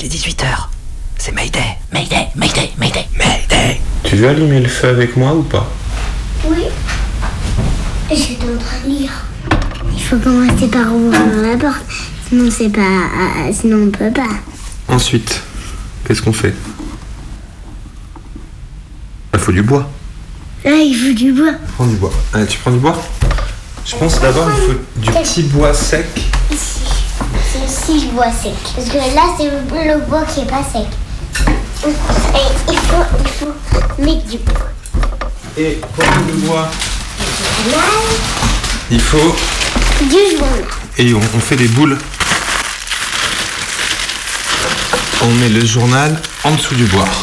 il est 18h. C'est Mayday, Mayday, Mayday, Mayday, Mayday. Tu veux allumer le feu avec moi ou pas? Oui. J'étais en train de lire. Il faut commencer par ouvrir la porte. Sinon, sinon on peut pas. Ensuite, qu'est-ce qu'on fait? Il faut du bois. Ah, il faut du bois. Prends du bois. Allez, tu prends du bois? Je pense d'abord il faut du petit bois sec. Ici. C'est aussi le bois sec. Parce que là, c'est le bois qui est pas sec. Et il faut mettre du bois. Et pour mettre du bois, Là, il faut... du journal. Et on fait des boules. On met le journal en dessous du bois.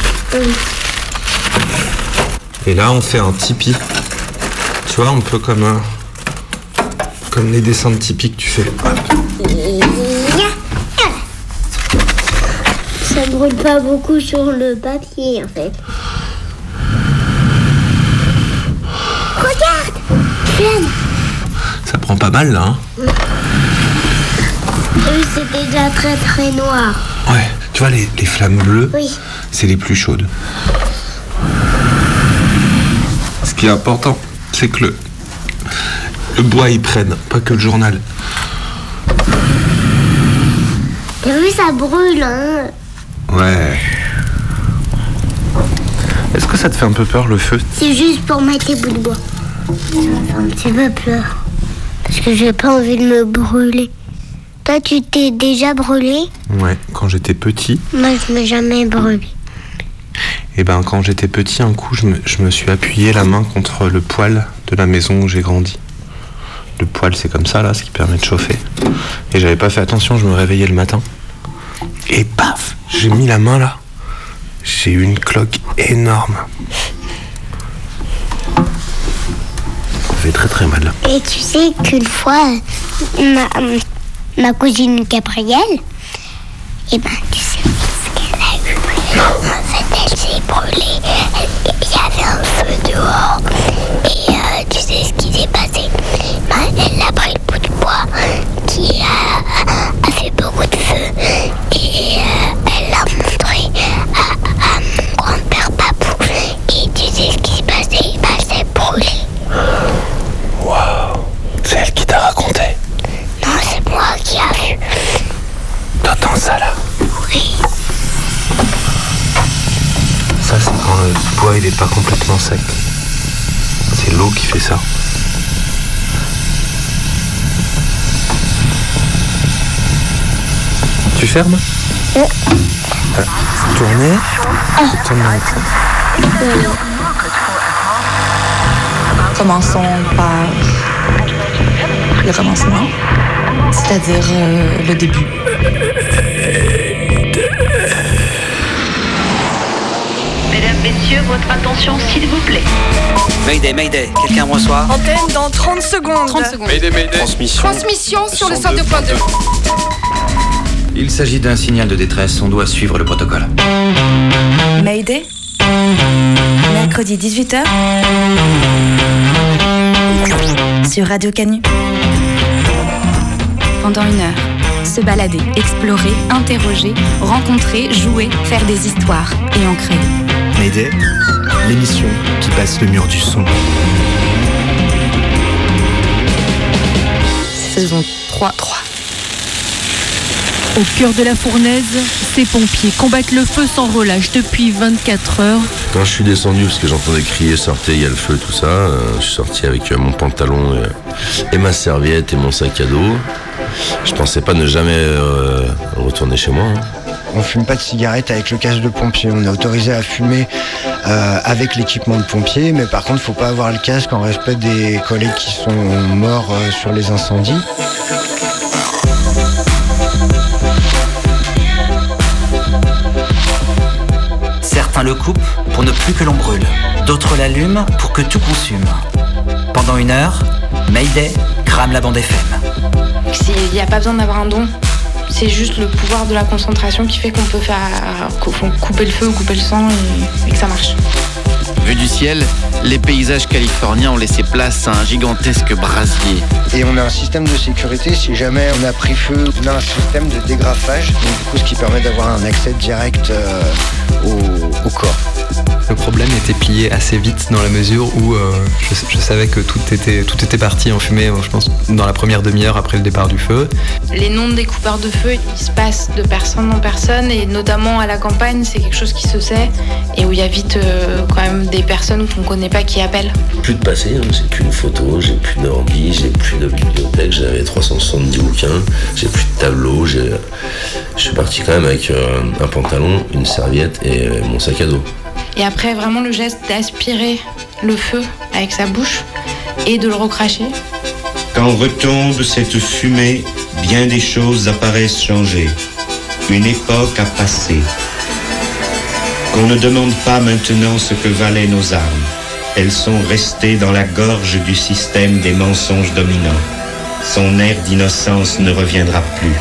Et là, on fait un tipi. Tu vois, un peu comme les dessins de tipi que tu fais. Ça brûle pas beaucoup sur le papier, en fait. Regarde, Flamme. Ça prend pas mal, là, hein? Oui, c'est déjà très très noir. Ouais, tu vois, les flammes bleues, Oui. c'est les plus chaudes. Ce qui est important, c'est que le bois, il prenne, pas que le journal. T'as vu, ça brûle, hein? Ouais. Est-ce que ça te fait un peu peur, le feu? C'est juste pour mettre les bouts de bois. Ça me fait un petit peu peur. Parce que j'ai pas envie de me brûler. Toi, tu t'es déjà brûlé? Ouais, quand j'étais petit. Moi, je m'ai jamais brûlé. Et ben, quand j'étais petit, un coup, je me suis appuyé la main contre le poêle de la maison où j'ai grandi. Le poêle, c'est comme ça, là, ce qui permet de chauffer. Et j'avais pas fait attention, je me réveillais le matin. Et paf, j'ai mis la main là. J'ai eu une cloque énorme. Ça fait très très mal. Et tu sais qu'une fois, ma cousine Gabrielle, et ben, tu sais ce qu'elle a eu. En fait, elle s'est brûlée. Il y avait un feu dehors. Et tu sais ce qui s'est passé? Ben, elle a pris le bout de bois qui a fait beaucoup de feu. Et elle l'a montré à mon grand-père Papou. Et tu sais ce qui s'est passé? Ben, elle s'est brûlée. Waouh, c'est elle qui t'a raconté? Non, c'est moi qui a vu. T'entends ça là? Oui. Ça, c'est quand le bois il est pas complètement sec. C'est l'eau qui fait ça. Tu fermes? Tournez. Tourne avec ça. Commençons par le commencement, c'est-à-dire le début. Mesdames, messieurs, votre attention s'il vous plaît. Mayday, Mayday, quelqu'un me reçoit? Antenne dans 30 secondes. 30 secondes. Mayday, Mayday. Transmission sur le 102.2. Il s'agit d'un signal de détresse, on doit suivre le protocole. Mayday. Mercredi 18h. Sur Radio Canu. Pendant 1 heure, se balader, explorer, interroger, rencontrer, jouer, faire des histoires et en créer. Mayday, l'émission qui passe le mur du son. Saison 3. Au cœur de la fournaise, ces pompiers combattent le feu sans relâche depuis 24 heures. Quand je suis descendu, parce que j'entendais crier, sortez, il y a le feu, tout ça, je suis sorti avec mon pantalon et ma serviette et mon sac à dos. Je pensais pas ne jamais retourner chez moi. On fume pas de cigarettes avec le casque de pompier. On est autorisé à fumer avec l'équipement de pompier, mais par contre, faut pas avoir le casque en respect des collègues qui sont morts sur les incendies. Certains le coupent pour ne plus que l'on brûle. D'autres l'allument pour que tout consume. Pendant 1 heure, Mayday crame la bande FM. Il n'y a pas besoin d'avoir un don. C'est juste le pouvoir de la concentration qui fait qu'on peut couper le feu ou couper le sang et que ça marche. Vu du ciel, les paysages californiens ont laissé place à un gigantesque brasier. Et on a un système de sécurité, si jamais on a pris feu, on a un système de dégrafage, donc du coup ce qui permet d'avoir un accès direct au corps. Le problème était plié assez vite dans la mesure où je savais que tout était parti en fumée, je pense, dans la première demi-heure après le départ du feu. Les noms des coupeurs de feu, ils se passent de personne en personne et notamment à la campagne, c'est quelque chose qui se sait et où il y a vite quand même des personnes qu'on ne connaît pas qui appellent. Plus de passé, hein, j'ai plus de photos, j'ai plus d'ordi, j'ai plus de bibliothèque, j'avais 370 bouquins, j'ai plus de tableaux, je suis parti quand même avec un pantalon, une serviette et mon sac à dos. Et après, vraiment le geste d'aspirer le feu avec sa bouche et de le recracher. Quand retombe cette fumée, bien des choses apparaissent changées. Une époque a passé. Qu'on ne demande pas maintenant ce que valaient nos armes. Elles sont restées dans la gorge du système des mensonges dominants. Son air d'innocence ne reviendra plus.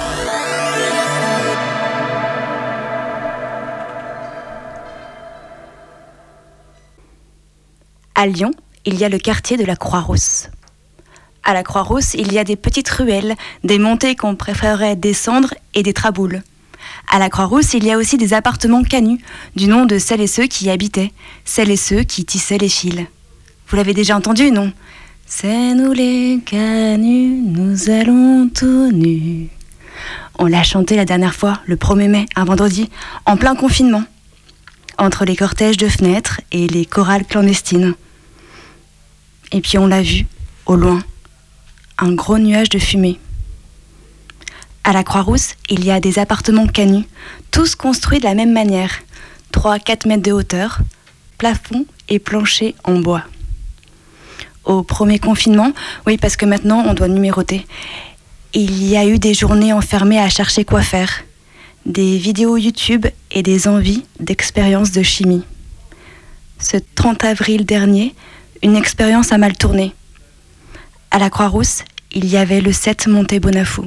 À Lyon, il y a le quartier de la Croix-Rousse. À la Croix-Rousse, il y a des petites ruelles, des montées qu'on préférerait descendre et des traboules. À la Croix-Rousse, il y a aussi des appartements canus, du nom de celles et ceux qui y habitaient, celles et ceux qui tissaient les fils. Vous l'avez déjà entendu, non ? C'est nous les canus, nous allons tout nus. On l'a chanté la dernière fois, le 1er mai, un vendredi, en plein confinement, entre les cortèges de fenêtres et les chorales clandestines. Et puis on l'a vu, au loin, un gros nuage de fumée. À la Croix-Rousse, il y a des appartements canus, tous construits de la même manière, 3-4 mètres de hauteur, plafond et plancher en bois. Au premier confinement, oui, parce que maintenant on doit numéroter, il y a eu des journées enfermées à chercher quoi faire, des vidéos YouTube et des envies d'expériences de chimie. Ce 30 avril dernier, une expérience a mal tourné. À la Croix-Rousse, il y avait le 7 montée Bonafou.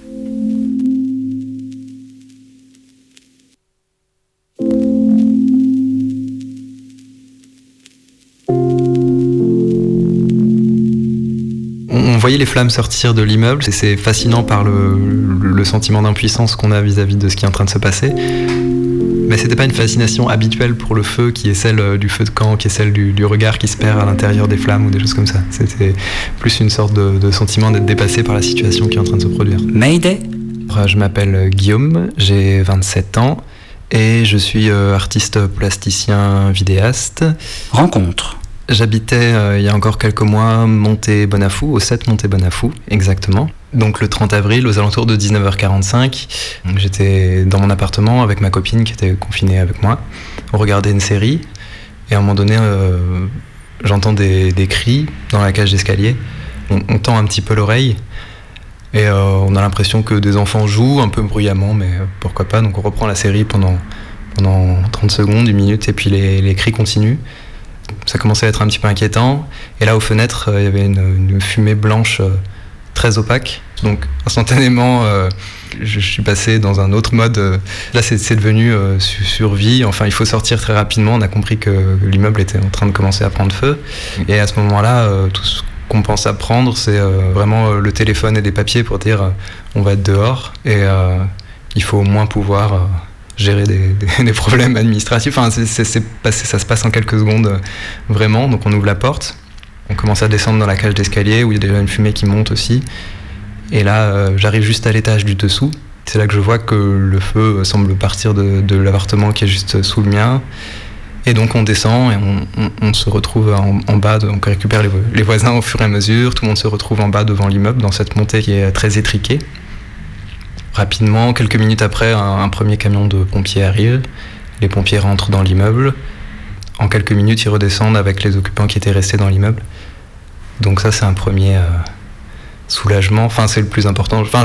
On voyait les flammes sortir de l'immeuble et c'est fascinant par le sentiment d'impuissance qu'on a vis-à-vis de ce qui est en train de se passer. Mais c'était pas une fascination habituelle pour le feu qui est celle du feu de camp, qui est celle du regard qui se perd à l'intérieur des flammes ou des choses comme ça. C'était plus une sorte de sentiment d'être dépassé par la situation qui est en train de se produire. Mayday. Je m'appelle Guillaume, j'ai 27 ans et je suis artiste plasticien vidéaste. Rencontre. J'habitais il y a encore quelques mois montée Bonafou, au 7 montée Bonafou, exactement. Donc le 30 avril, aux alentours de 19h45, j'étais dans mon appartement avec ma copine qui était confinée avec moi. On regardait une série et à un moment donné, j'entends des cris dans la cage d'escalier. On tend un petit peu l'oreille et on a l'impression que des enfants jouent un peu bruyamment, mais pourquoi pas. Donc on reprend la série pendant 30 secondes, 1 minute et puis les cris continuent. Ça commençait à être un petit peu inquiétant. Et là, aux fenêtres, il y avait une fumée blanche très opaque. Donc, instantanément, je suis passé dans un autre mode. Là, c'est devenu survie. Enfin, il faut sortir très rapidement. On a compris que l'immeuble était en train de commencer à prendre feu. Et à ce moment-là, tout ce qu'on pense à prendre, c'est vraiment le téléphone et des papiers pour dire on va être dehors. Et il faut au moins pouvoir... gérer des problèmes administratifs. Enfin, ça se passe en quelques secondes, vraiment. Donc on ouvre la porte, on commence à descendre dans la cage d'escalier où il y a déjà une fumée qui monte aussi. Et là, j'arrive juste à l'étage du dessous. C'est là que je vois que le feu semble partir de l'appartement qui est juste sous le mien. Et donc on descend et on se retrouve en bas, on récupère les voisins au fur et à mesure. Tout le monde se retrouve en bas devant l'immeuble dans cette montée qui est très étriquée. Rapidement, quelques minutes après, un premier camion de pompiers arrive. Les pompiers rentrent dans l'immeuble. En quelques minutes, ils redescendent avec les occupants qui étaient restés dans l'immeuble. Donc ça, c'est un premier soulagement. Enfin, c'est le plus important. Enfin,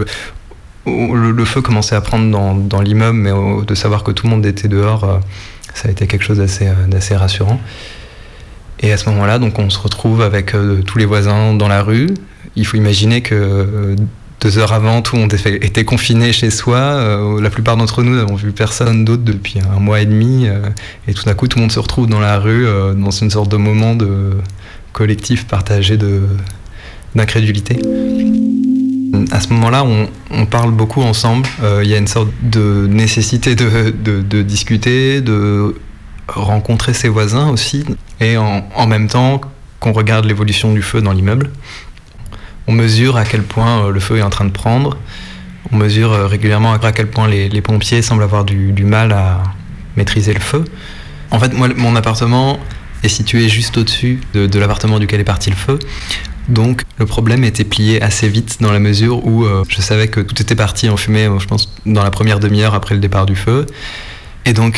le feu commençait à prendre dans l'immeuble, mais de savoir que tout le monde était dehors, ça a été quelque chose d'assez rassurant. Et à ce moment-là, donc, on se retrouve avec tous les voisins dans la rue. Il faut imaginer que 2 heures avant, tout le monde était confiné chez soi. La plupart d'entre nous n'avons vu personne d'autre depuis 1 mois et demi. Et tout d'un coup, tout le monde se retrouve dans la rue, dans une sorte de moment de collectif partagé d'incrédulité. À ce moment-là, on parle beaucoup ensemble. Il y a une sorte de nécessité de discuter, de rencontrer ses voisins aussi. Et en même temps qu'on regarde l'évolution du feu dans l'immeuble. On mesure à quel point le feu est en train de prendre. On mesure régulièrement à quel point les pompiers semblent avoir du mal à maîtriser le feu. En fait, moi, mon appartement est situé juste au-dessus de l'appartement duquel est parti le feu. Donc le problème était plié assez vite dans la mesure où je savais que tout était parti en fumée, je pense, dans la première demi-heure après le départ du feu. Et donc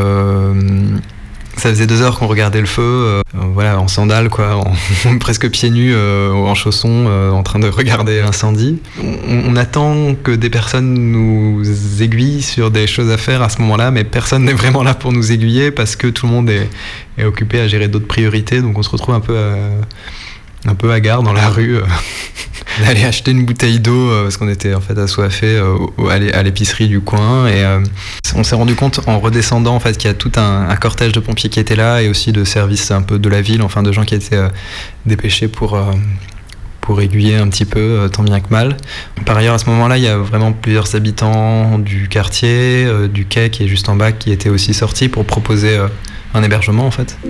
ça faisait 2 heures qu'on regardait le feu, en sandales, quoi, presque pieds nus, en chaussons, en train de regarder l'incendie. On attend que des personnes nous aiguillent sur des choses à faire à ce moment-là, mais personne n'est vraiment là pour nous aiguiller parce que tout le monde est occupé à gérer d'autres priorités. Donc on se retrouve un peu hagard dans la rue, d'aller acheter une bouteille d'eau parce qu'on était en fait assoiffés à l'épicerie du coin, et on s'est rendu compte en redescendant en fait qu'il y a tout un cortège de pompiers qui étaient là et aussi de services un peu de la ville, enfin de gens qui étaient dépêchés pour aiguiller un petit peu, tant bien que mal. Par ailleurs, à ce moment-là, il y a vraiment plusieurs habitants du quartier, du quai qui est juste en bas, qui étaient aussi sortis pour proposer un hébergement en fait.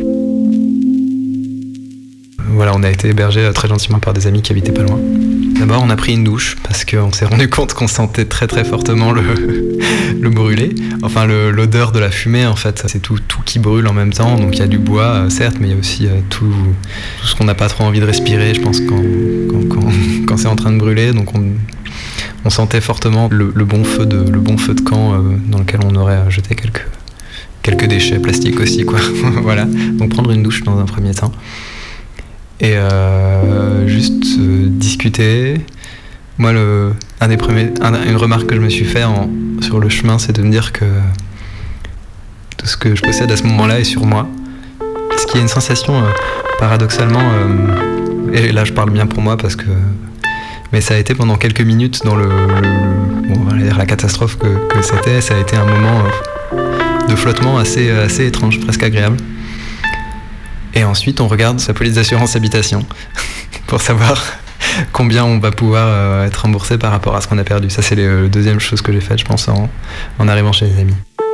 Voilà, on a été hébergés très gentiment par des amis qui habitaient pas loin. D'abord, on a pris une douche parce qu'on s'est rendu compte qu'on sentait très très fortement le brûlé. Enfin, l'odeur de la fumée, en fait, c'est tout qui brûle en même temps. Donc il y a du bois, certes, mais il y a aussi tout ce qu'on n'a pas trop envie de respirer, je pense, quand c'est en train de brûler. Donc on sentait fortement le bon feu de camp dans lequel on aurait jeté quelques déchets plastiques aussi, quoi. Voilà. Donc prendre une douche dans un premier temps. Et juste discuter. Moi, une remarque que je me suis fait sur le chemin, c'est de me dire que tout ce que je possède à ce moment-là est sur moi. Parce qu'il y a une sensation, paradoxalement, et là je parle bien pour moi mais ça a été pendant quelques minutes dans on va dire la catastrophe que c'était, ça a été un moment de flottement assez étrange, presque agréable. Et ensuite, on regarde sa police d'assurance habitation pour savoir combien on va pouvoir être remboursé par rapport à ce qu'on a perdu. Ça, c'est la deuxième chose que j'ai faite, je pense, en arrivant chez les amis.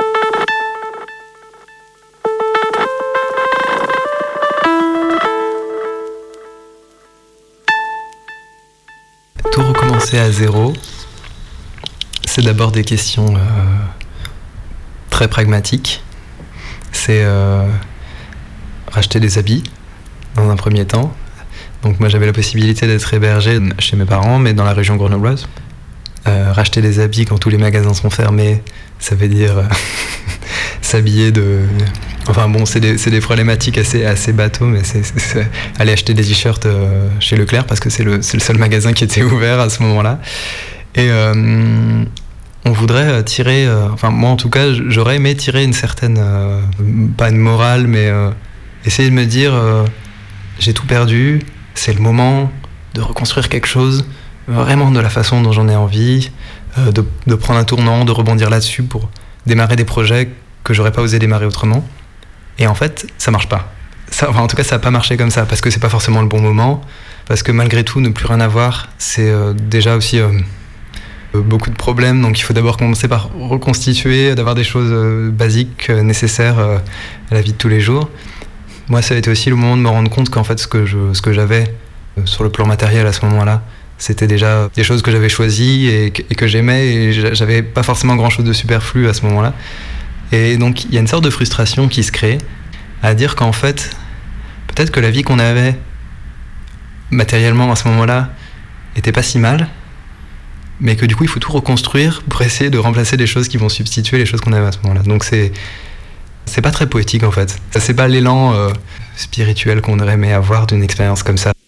Tout recommencer à zéro, c'est d'abord des questions très pragmatiques. C'est racheter des habits dans un premier temps. Donc moi j'avais la possibilité d'être hébergé chez mes parents, mais dans la région grenobloise. Racheter des habits quand tous les magasins sont fermés, ça veut dire s'habiller de... Enfin bon, c'est des problématiques assez bateaux, mais c'est aller acheter des t-shirts chez Leclerc parce que c'est le seul magasin qui était ouvert à ce moment-là. Et on voudrait tirer... enfin moi en tout cas, j'aurais aimé tirer une certaine... pas une morale, mais... essayer de me dire, j'ai tout perdu, c'est le moment de reconstruire quelque chose, vraiment de la façon dont j'en ai envie, de prendre un tournant, de rebondir là-dessus pour démarrer des projets que j'aurais pas osé démarrer autrement. Et en fait, ça marche pas. En tout cas, ça n'a pas marché comme ça, parce que c'est pas forcément le bon moment, parce que malgré tout, ne plus rien avoir, c'est déjà aussi beaucoup de problèmes, donc il faut d'abord commencer par reconstituer, d'avoir des choses basiques, nécessaires à la vie de tous les jours. Moi, ça a été aussi le moment de me rendre compte qu'en fait, ce que j'avais sur le plan matériel à ce moment-là, c'était déjà des choses que j'avais choisies et que j'aimais, et j'avais pas forcément grand-chose de superflu à ce moment-là. Et donc, il y a une sorte de frustration qui se crée à dire qu'en fait, peut-être que la vie qu'on avait matériellement à ce moment-là était pas si mal, mais que du coup, il faut tout reconstruire pour essayer de remplacer les choses qui vont substituer les choses qu'on avait à ce moment-là. Donc, c'est pas très poétique en fait. C'est pas l'élan spirituel qu'on aurait aimé avoir d'une expérience comme ça.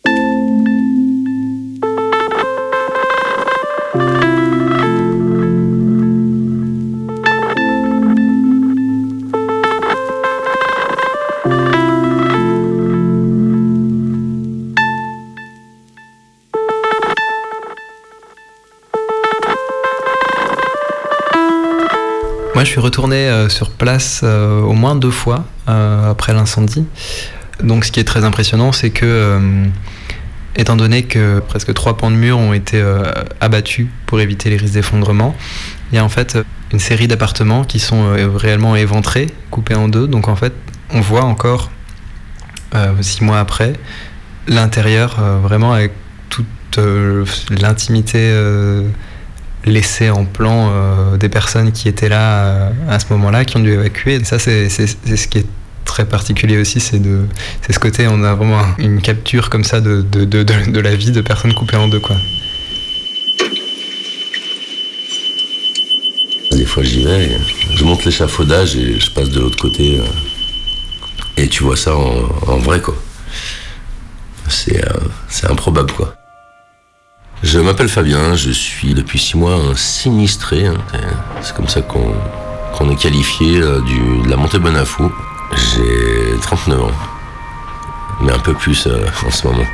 Moi, je suis retourné sur place au moins 2 fois après l'incendie. Donc, ce qui est très impressionnant, c'est que, étant donné que presque 3 pans de mur ont été abattus pour éviter les risques d'effondrement, il y a en fait une série d'appartements qui sont réellement éventrés, coupés en 2. Donc, en fait, on voit encore, 6 mois après, l'intérieur vraiment avec toute l'intimité laissée en plan des personnes qui étaient là à ce moment-là, qui ont dû évacuer. Et ça, c'est ce qui est très particulier aussi, c'est ce côté, on a vraiment une capture comme ça de la vie de personnes coupées en 2, quoi. Des fois j'y vais, je monte l'échafaudage et je passe de l'autre côté et tu vois ça en vrai, quoi. C'est improbable, quoi. Je m'appelle Fabien, je suis depuis 6 mois un sinistré, hein. C'est comme ça qu'on est qualifié de la montée Bonafou. J'ai 39 ans, mais un peu plus en ce moment.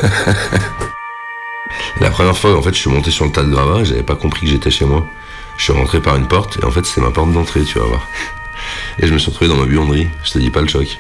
La première fois, en fait, je suis monté sur le tas de gravats, j'avais pas compris que j'étais chez moi. Je suis rentré par une porte, et en fait, c'est ma porte d'entrée, tu vas voir. Et je me suis retrouvé dans ma buanderie, je te dis pas le choc.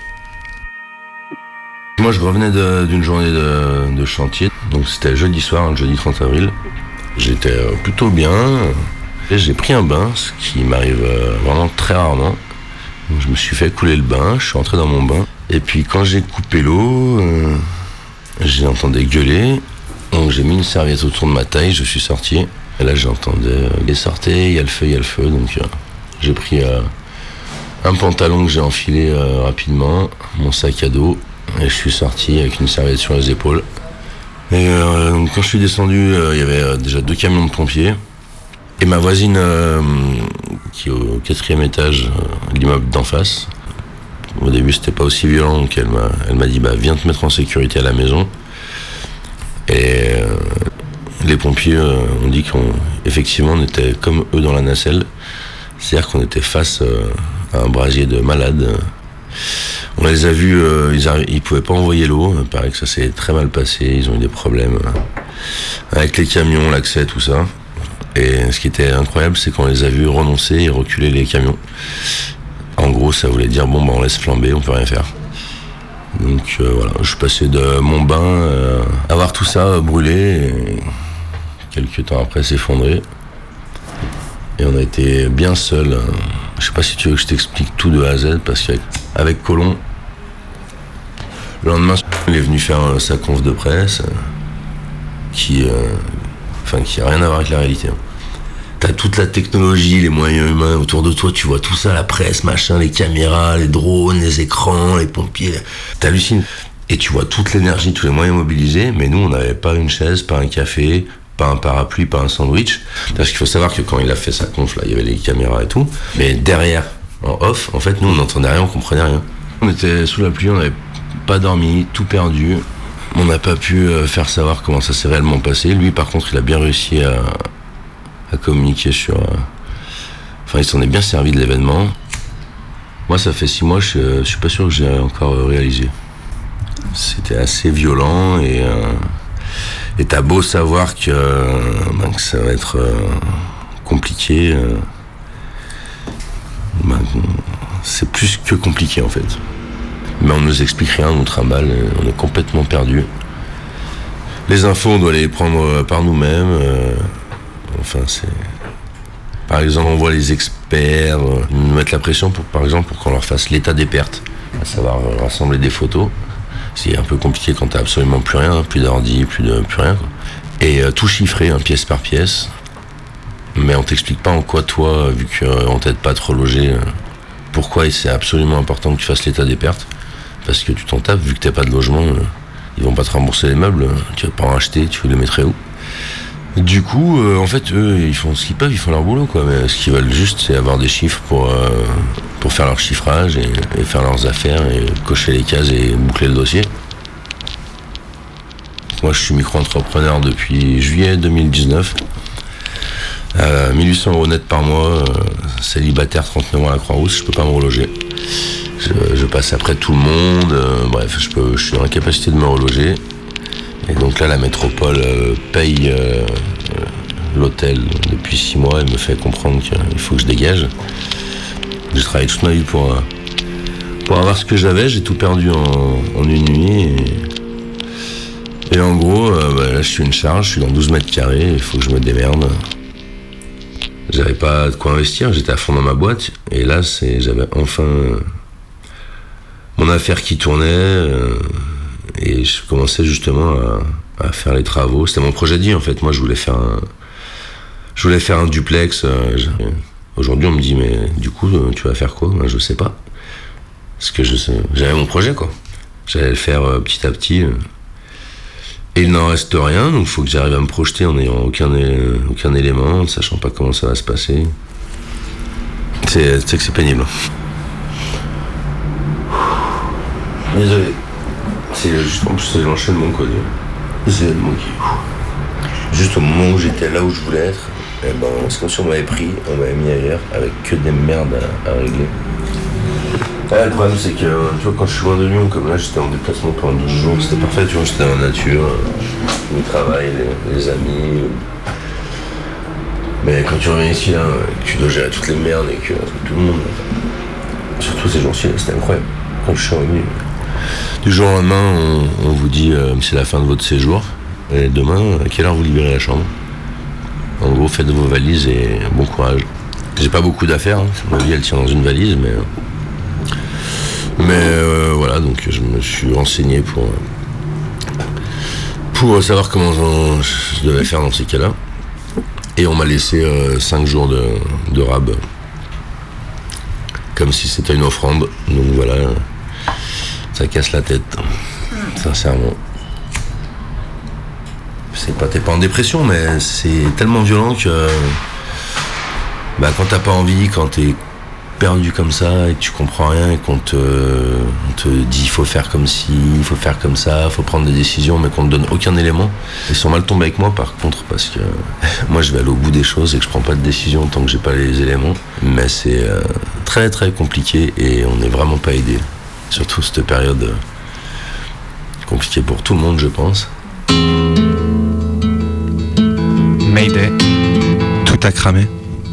Moi, je revenais d'une journée de chantier, donc c'était jeudi soir, le jeudi 30 avril. J'étais plutôt bien, et j'ai pris un bain, ce qui m'arrive vraiment très rarement. Donc, je me suis fait couler le bain, je suis rentré dans mon bain, et puis quand j'ai coupé l'eau, j'ai entendu gueuler, donc j'ai mis une serviette autour de ma taille, je suis sorti. Et là, j'entendais « sortez, il y a le feu », donc j'ai pris un pantalon que j'ai enfilé rapidement, mon sac à dos, et je suis sorti avec une serviette sur les épaules. Et quand je suis descendu, il y avait déjà 2 camions de pompiers, et ma voisine qui est au 4e étage de l'immeuble d'en face. Au début, c'était pas aussi violent, donc elle m'a dit « viens te mettre en sécurité à la maison ». Et les pompiers ont dit qu'effectivement on était comme eux dans la nacelle, c'est-à-dire qu'on était face à un brasier de malades. On les a vus, ils pouvaient pas envoyer l'eau, il paraît que ça s'est très mal passé, ils ont eu des problèmes avec les camions, l'accès, tout ça. Et ce qui était incroyable, c'est qu'on les a vus renoncer et reculer les camions. En gros, ça voulait dire on laisse flamber, on peut rien faire. Donc voilà, je suis passé de mon bain à voir tout ça brûler, et quelques temps après s'effondrer. Et on a été bien seuls. Je sais pas si tu veux que je t'explique tout de A à Z, parce qu'avec Colomb, le lendemain, il est venu faire sa conf de presse, qui a rien à voir avec la réalité. T'as toute la technologie, les moyens humains autour de toi, tu vois tout ça, la presse, machin, les caméras, les drones, les écrans, les pompiers, t'hallucines. Et tu vois toute l'énergie, tous les moyens mobilisés, mais nous, on n'avait pas une chaise, pas un café, pas un parapluie, pas un sandwich. Parce qu'il faut savoir que quand il a fait sa conf, là, il y avait les caméras et tout, mais derrière, en off, en fait, nous, on n'entendait rien, on comprenait rien. On était sous la pluie, on n'avait pas dormi, tout perdu. On n'a pas pu faire savoir comment ça s'est réellement passé. Lui, par contre, il a bien réussi à communiquer sur... il s'en est bien servi de l'événement. Moi, ça fait 6 mois, je suis pas sûr que j'ai encore réalisé. C'était assez violent et t'as beau savoir que ça va être compliqué. C'est plus que compliqué, en fait. Mais on nous explique rien, on nous trimballe, on est complètement perdu. Les infos, on doit les prendre par nous-mêmes. Par exemple, on voit les experts nous mettre la pression pour qu'on leur fasse l'état des pertes, à savoir rassembler des photos. C'est un peu compliqué quand t'as absolument plus rien, plus d'ordi, plus rien, quoi. Et tout chiffré, pièce par pièce. Mais on t'explique pas en quoi toi, vu qu'on t'aide pas à te reloger, pourquoi c'est absolument important que tu fasses l'état des pertes. Parce que tu t'en tapes, vu que t'as pas de logement, ils vont pas te rembourser les meubles, tu vas pas en acheter, tu les mettrais où? Du coup, en fait, eux, ils font ce qu'ils peuvent, ils font leur boulot, quoi. Mais ce qu'ils veulent juste, c'est avoir des chiffres pour faire leur chiffrage et faire leurs affaires et cocher les cases et boucler le dossier. Moi, je suis micro-entrepreneur depuis juillet 2019. 1800 € net par mois, célibataire, 39 ans à la Croix-Rousse, je peux pas me reloger. Je passe après tout le monde, bref, je suis dans la capacité de me reloger. Et donc là, la métropole paye l'hôtel depuis 6 mois et me fait comprendre qu'il faut que je dégage. J'ai travaillé toute ma vie pour avoir ce que j'avais. J'ai tout perdu en une nuit. Et en gros, là, je suis une charge, je suis dans 12 mètres carrés, il faut que je me démerde. J'avais pas de quoi investir, j'étais à fond dans ma boîte. Et là, j'avais enfin mon affaire qui tournait. Et je commençais justement à faire les travaux. C'était mon projet de vie, en fait. Moi, je voulais faire un duplex. Aujourd'hui, on me dit, mais du coup, tu vas faire quoi? Je sais pas. Parce que j'avais mon projet, quoi. J'allais le faire petit à petit. Et il n'en reste rien, donc il faut que j'arrive à me projeter en n'ayant aucun élément, ne sachant pas comment ça va se passer. C'est que c'est pénible. Désolé. C'est juste en plus l'enchaînement, quoi. C'est le mot qui. Juste au moment où j'étais là où je voulais être, et ben, c'est comme si on m'avait pris, on m'avait mis ailleurs avec que des merdes à régler. Ah, le problème, c'est que, tu vois, quand je suis loin de Lyon, comme là, j'étais en déplacement pendant 12 jours, c'était parfait, tu vois, j'étais dans la nature, le travail, les amis. Mais quand tu reviens ici, là, que tu dois gérer toutes les merdes et que tout le monde, surtout ces jours-ci, c'était incroyable. Quand je suis revenu, du jour au lendemain, on vous dit, c'est la fin de votre séjour, et demain, à quelle heure vous libérez la chambre? En gros, faites vos valises et bon courage. J'ai pas beaucoup d'affaires, hein. Ma vie, elle tient dans une valise, mais voilà, donc je me suis renseigné pour savoir comment je devais faire dans ces cas-là. Et on m'a laissé 5 jours de rab. Comme si c'était une offrande. Donc voilà, ça casse la tête, sincèrement. T'es pas en dépression, mais c'est tellement violent que quand t'as pas envie, quand t'es perdu comme ça et que tu comprends rien et qu'on te dit il faut faire comme ci, il faut faire comme ça, il faut prendre des décisions, mais qu'on ne donne aucun élément. Ils sont mal tombés avec moi par contre, parce que moi je vais aller au bout des choses et que je prends pas de décision tant que j'ai pas les éléments. Mais c'est très très compliqué et on n'est vraiment pas aidé. Surtout cette période compliquée pour tout le monde, je pense. Mayday, tout a cramé.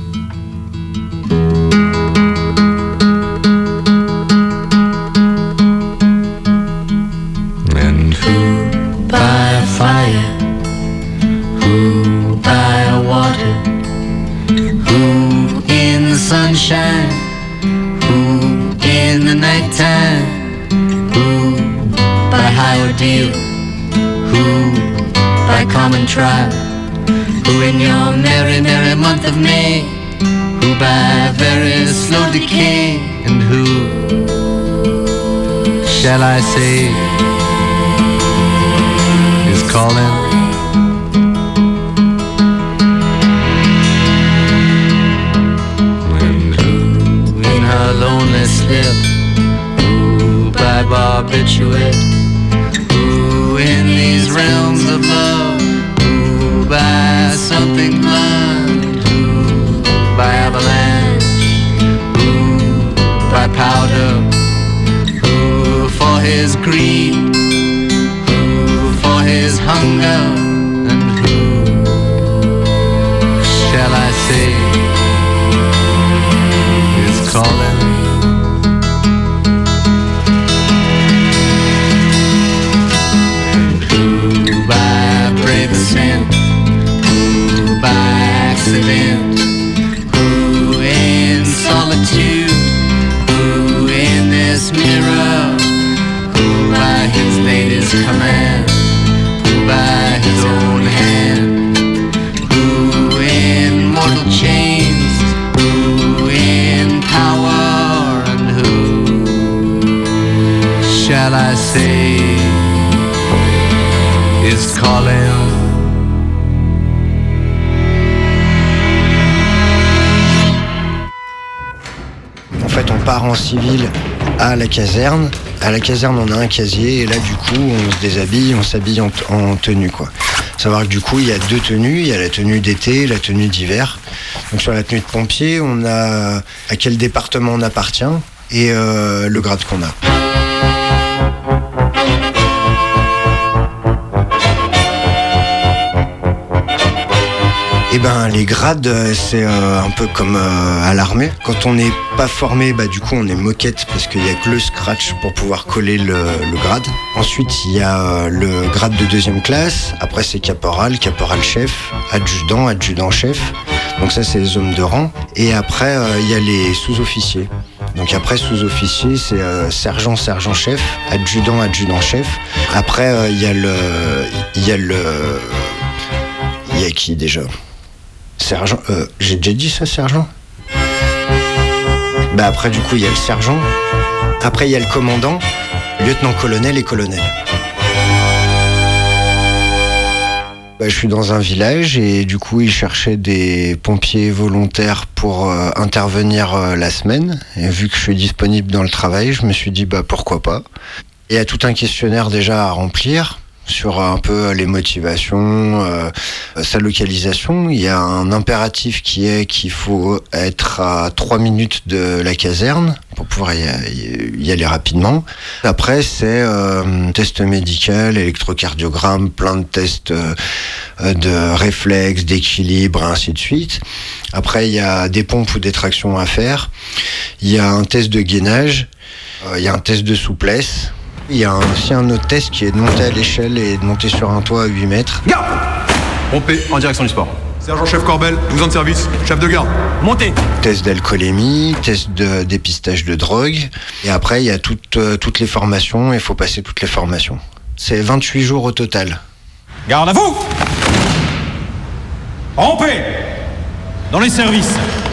Sunshine, who in the nighttime, who by high ordeal, who by common trial, who in your merry, merry month of May, who by very slow decay, and who shall I say is calling? Lonely slip, who by barbiturate, who in these realms of love, who by something blunt, who by avalanche, who by powder, who for his greed, who for his hunger, and who shall I say is calling? Who by accident, who in solitude, who in this mirror, who by his lady's command, who by his own hand, who in mortal chains, who in power, and who shall I say is calling? En fait, on part en civil à la caserne. À la caserne, on a un casier et là, du coup, on se déshabille, on s'habille en tenue, quoi. Savoir que du coup, il y a 2 tenues. Il y a la tenue d'été et la tenue d'hiver. Donc sur la tenue de pompier, on a à quel département on appartient et le grade qu'on a. Les grades, c'est un peu comme à l'armée. Quand on n'est pas formé, du coup, on est moquette parce qu'il n'y a que le scratch pour pouvoir coller le grade. Ensuite, il y a le grade de 2e classe. Après, c'est caporal, caporal-chef, adjudant, adjudant-chef. Donc ça, c'est les hommes de rang. Et après, il y a les sous-officiers. Donc après, sous-officier, c'est sergent, sergent-chef, adjudant, adjudant-chef. Après, il y a qui déjà ? Sergent, j'ai déjà dit ça, sergent ? Après, du coup, il y a le sergent. Après, il y a le commandant, lieutenant-colonel et colonel. Je suis dans un village et du coup, ils cherchaient des pompiers volontaires pour intervenir la semaine. Et vu que je suis disponible dans le travail, je me suis dit, pourquoi pas. Il y a tout un questionnaire déjà à remplir sur un peu les motivations, sa localisation. Il y a un impératif qui est qu'il faut être à 3 minutes de la caserne pour pouvoir y aller rapidement. Après, c'est test médical, électrocardiogramme, plein de tests de réflexes, d'équilibre, ainsi de suite. Après, il y a des pompes ou des tractions à faire. Il y a un test de gainage. Il y a un test de souplesse. Il y a aussi un autre test qui est de monter à l'échelle et de monter sur un toit à 8 mètres. Garde ! Pompé en direction du sport. Sergent-chef Corbel, 12 ans de service, chef de garde. Montez ! Test d'alcoolémie, test de dépistage de drogue. Et après, il y a toutes les formations. Il faut passer toutes les formations. C'est 28 jours au total. Garde à vous ! Rampez ! Dans les services.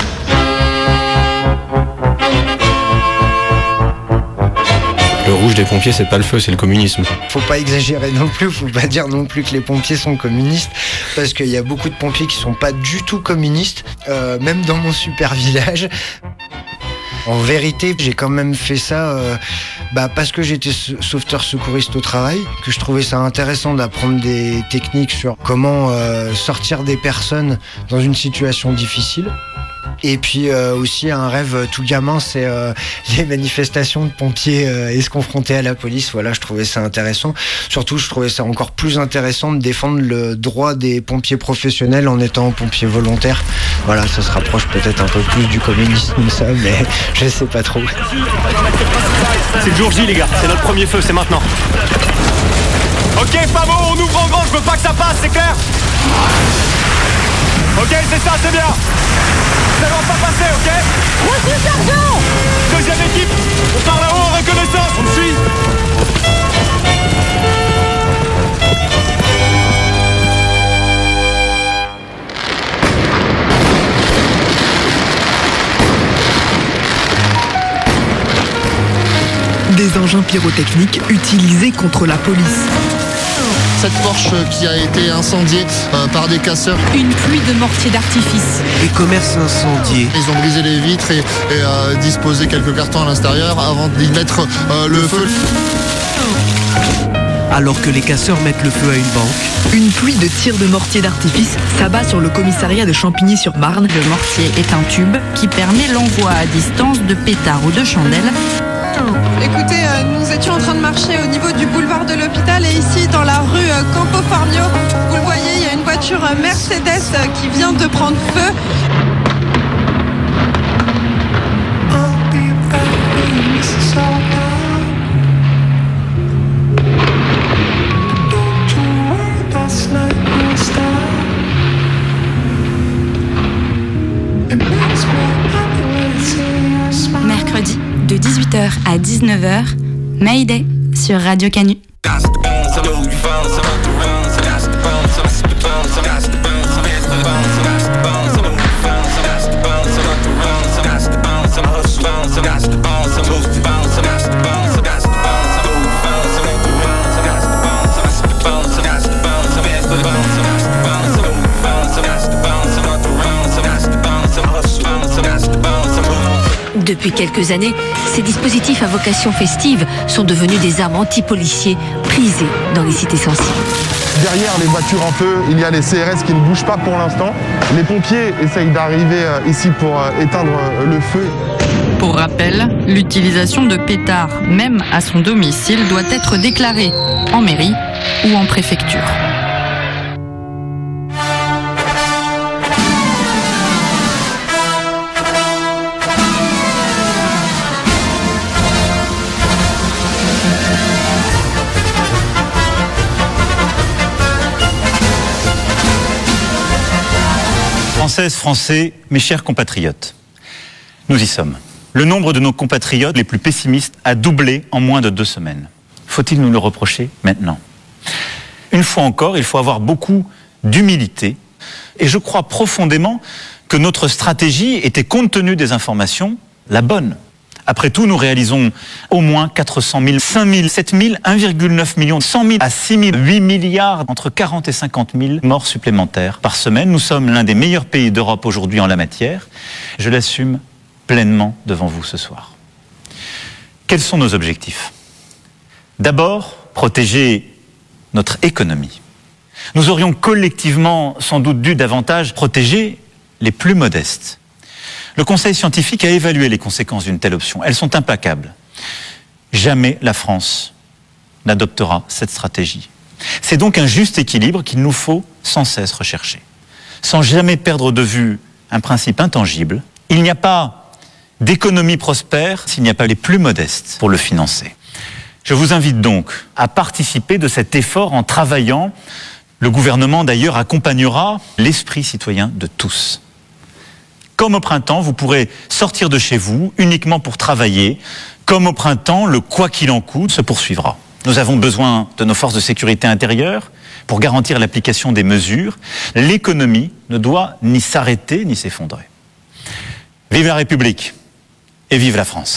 Le rouge des pompiers, c'est pas le feu, c'est le communisme. Faut pas exagérer non plus, faut pas dire non plus que les pompiers sont communistes, parce qu'il y a beaucoup de pompiers qui sont pas du tout communistes, même dans mon super village. En vérité, j'ai quand même fait ça parce que j'étais sauveteur secouriste au travail, que je trouvais ça intéressant d'apprendre des techniques sur comment sortir des personnes dans une situation difficile. Et puis aussi un rêve tout gamin, c'est les manifestations de pompiers et se confronter à la police. Voilà, je trouvais ça intéressant. Surtout, je trouvais ça encore plus intéressant de défendre le droit des pompiers professionnels en étant pompiers volontaires. Voilà, ça se rapproche peut-être un peu plus du communisme, ça, mais je sais pas trop. C'est le jour J, les gars. C'est notre premier feu, c'est maintenant. Ok, Pavo, on ouvre en grand. Je veux pas que ça passe, c'est clair ? Ok, c'est ça, c'est bien. Ça va pas passer, ok ? Reçu, sergent ! Deuxième équipe, on part là-haut en reconnaissance, on me suit. Des engins pyrotechniques utilisés contre la police. Cette Porsche qui a été incendiée par des casseurs. Une pluie de mortiers d'artifice. Les commerces incendiés. Ils ont brisé les vitres et disposé quelques cartons à l'intérieur avant d'y mettre le feu. Alors que les casseurs mettent le feu à une banque. Une pluie de tirs de mortiers d'artifice s'abat sur le commissariat de Champigny-sur-Marne. Le mortier est un tube qui permet l'envoi à distance de pétards ou de chandelles. Écoutez, nous étions en train de marcher au niveau du boulevard de l'hôpital et ici dans la rue Campo Formio, vous le voyez, il y a une voiture Mercedes qui vient de prendre feu. Mercredi, de 18h à 19h, Mayday sur Radio Canu. Depuis quelques années, ces dispositifs à vocation festive sont devenus des armes anti-policiers prisées dans les cités sensibles. Derrière les voitures en feu, il y a les CRS qui ne bougent pas pour l'instant. Les pompiers essayent d'arriver ici pour éteindre le feu. Pour rappel, l'utilisation de pétards, même à son domicile, doit être déclarée en mairie ou en préfecture. Françaises, Français, mes chers compatriotes, nous y sommes. Le nombre de nos compatriotes les plus pessimistes a doublé en moins de 2 semaines. Faut-il nous le reprocher maintenant ? Une fois encore, il faut avoir beaucoup d'humilité. Et je crois profondément que notre stratégie était, compte tenu des informations, la bonne. Après tout, nous réalisons au moins 400 000, 5 000, 7 000, 1,9 million, 100 000 à 6 000, 8 milliards, entre 40 et 50 000 morts supplémentaires par semaine. Nous sommes l'un des meilleurs pays d'Europe aujourd'hui en la matière. Je l'assume pleinement devant vous ce soir. Quels sont nos objectifs ? D'abord, protéger notre économie. Nous aurions collectivement sans doute dû davantage protéger les plus modestes. Le Conseil scientifique a évalué les conséquences d'une telle option. Elles sont implacables. Jamais la France n'adoptera cette stratégie. C'est donc un juste équilibre qu'il nous faut sans cesse rechercher. Sans jamais perdre de vue un principe intangible, il n'y a pas d'économie prospère s'il n'y a pas les plus modestes pour le financer. Je vous invite donc à participer de cet effort en travaillant. Le gouvernement d'ailleurs accompagnera l'esprit citoyen de tous. Comme au printemps, vous pourrez sortir de chez vous uniquement pour travailler. Comme au printemps, le quoi qu'il en coûte se poursuivra. Nous avons besoin de nos forces de sécurité intérieure pour garantir l'application des mesures. L'économie ne doit ni s'arrêter ni s'effondrer. Vive la République et vive la France.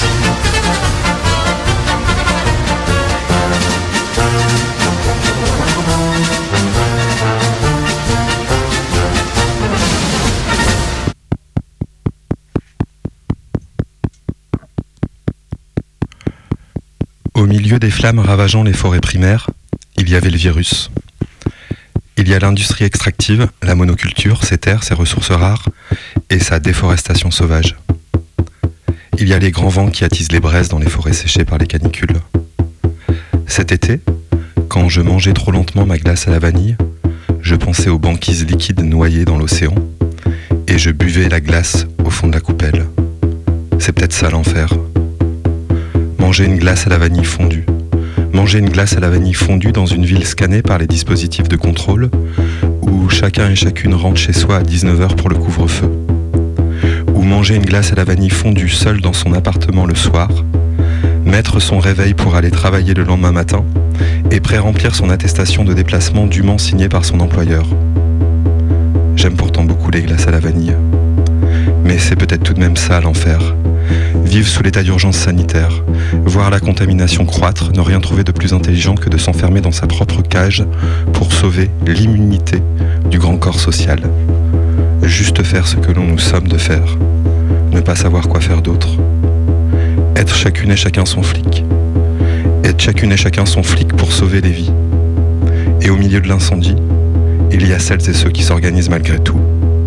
Au milieu des flammes ravageant les forêts primaires, il y avait le virus. Il y a l'industrie extractive, la monoculture, ses terres, ses ressources rares et sa déforestation sauvage. Il y a les grands vents qui attisent les braises dans les forêts séchées par les canicules. Cet été, quand je mangeais trop lentement ma glace à la vanille, je pensais aux banquises liquides noyées dans l'océan et je buvais la glace au fond de la coupelle. C'est peut-être ça l'enfer. Manger une glace à la vanille fondue. Manger une glace à la vanille fondue dans une ville scannée par les dispositifs de contrôle où chacun et chacune rentre chez soi à 19h pour le couvre-feu. Ou manger une glace à la vanille fondue seul dans son appartement le soir, mettre son réveil pour aller travailler le lendemain matin et pré-remplir son attestation de déplacement dûment signée par son employeur. J'aime pourtant beaucoup les glaces à la vanille. Mais c'est peut-être tout de même ça l'enfer. Vivre sous l'état d'urgence sanitaire, voir la contamination croître, ne rien trouver de plus intelligent que de s'enfermer dans sa propre cage pour sauver l'immunité du grand corps social. Juste faire ce que l'on nous somme de faire, ne pas savoir quoi faire d'autre. Être chacune et chacun son flic. Être chacune et chacun son flic pour sauver des vies. Et au milieu de l'incendie, il y a celles et ceux qui s'organisent malgré tout.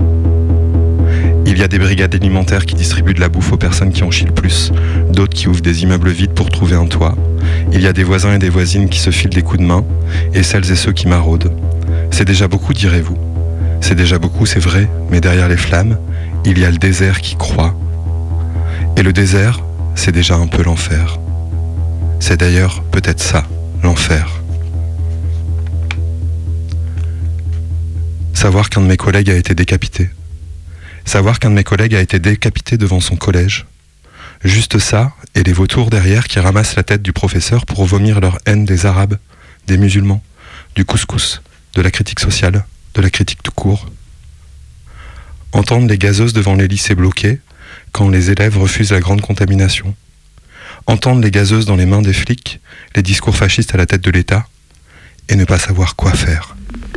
Il y a des brigades alimentaires qui distribuent de la bouffe aux personnes qui en chient le plus, d'autres qui ouvrent des immeubles vides pour trouver un toit. Il y a des voisins et des voisines qui se filent des coups de main, et celles et ceux qui maraudent. C'est déjà beaucoup, direz-vous. C'est déjà beaucoup, c'est vrai, mais derrière les flammes, il y a le désert qui croît. Et le désert, c'est déjà un peu l'enfer. C'est d'ailleurs peut-être ça, l'enfer. Savoir qu'un de mes collègues a été décapité. Savoir qu'un de mes collègues a été décapité devant son collège. Juste ça, et les vautours derrière qui ramassent la tête du professeur pour vomir leur haine des Arabes, des musulmans, du couscous, de la critique sociale, de la critique tout court. Entendre les gazeuses devant les lycées bloqués, quand les élèves refusent la grande contamination. Entendre les gazeuses dans les mains des flics, les discours fascistes à la tête de l'État, et ne pas savoir quoi faire.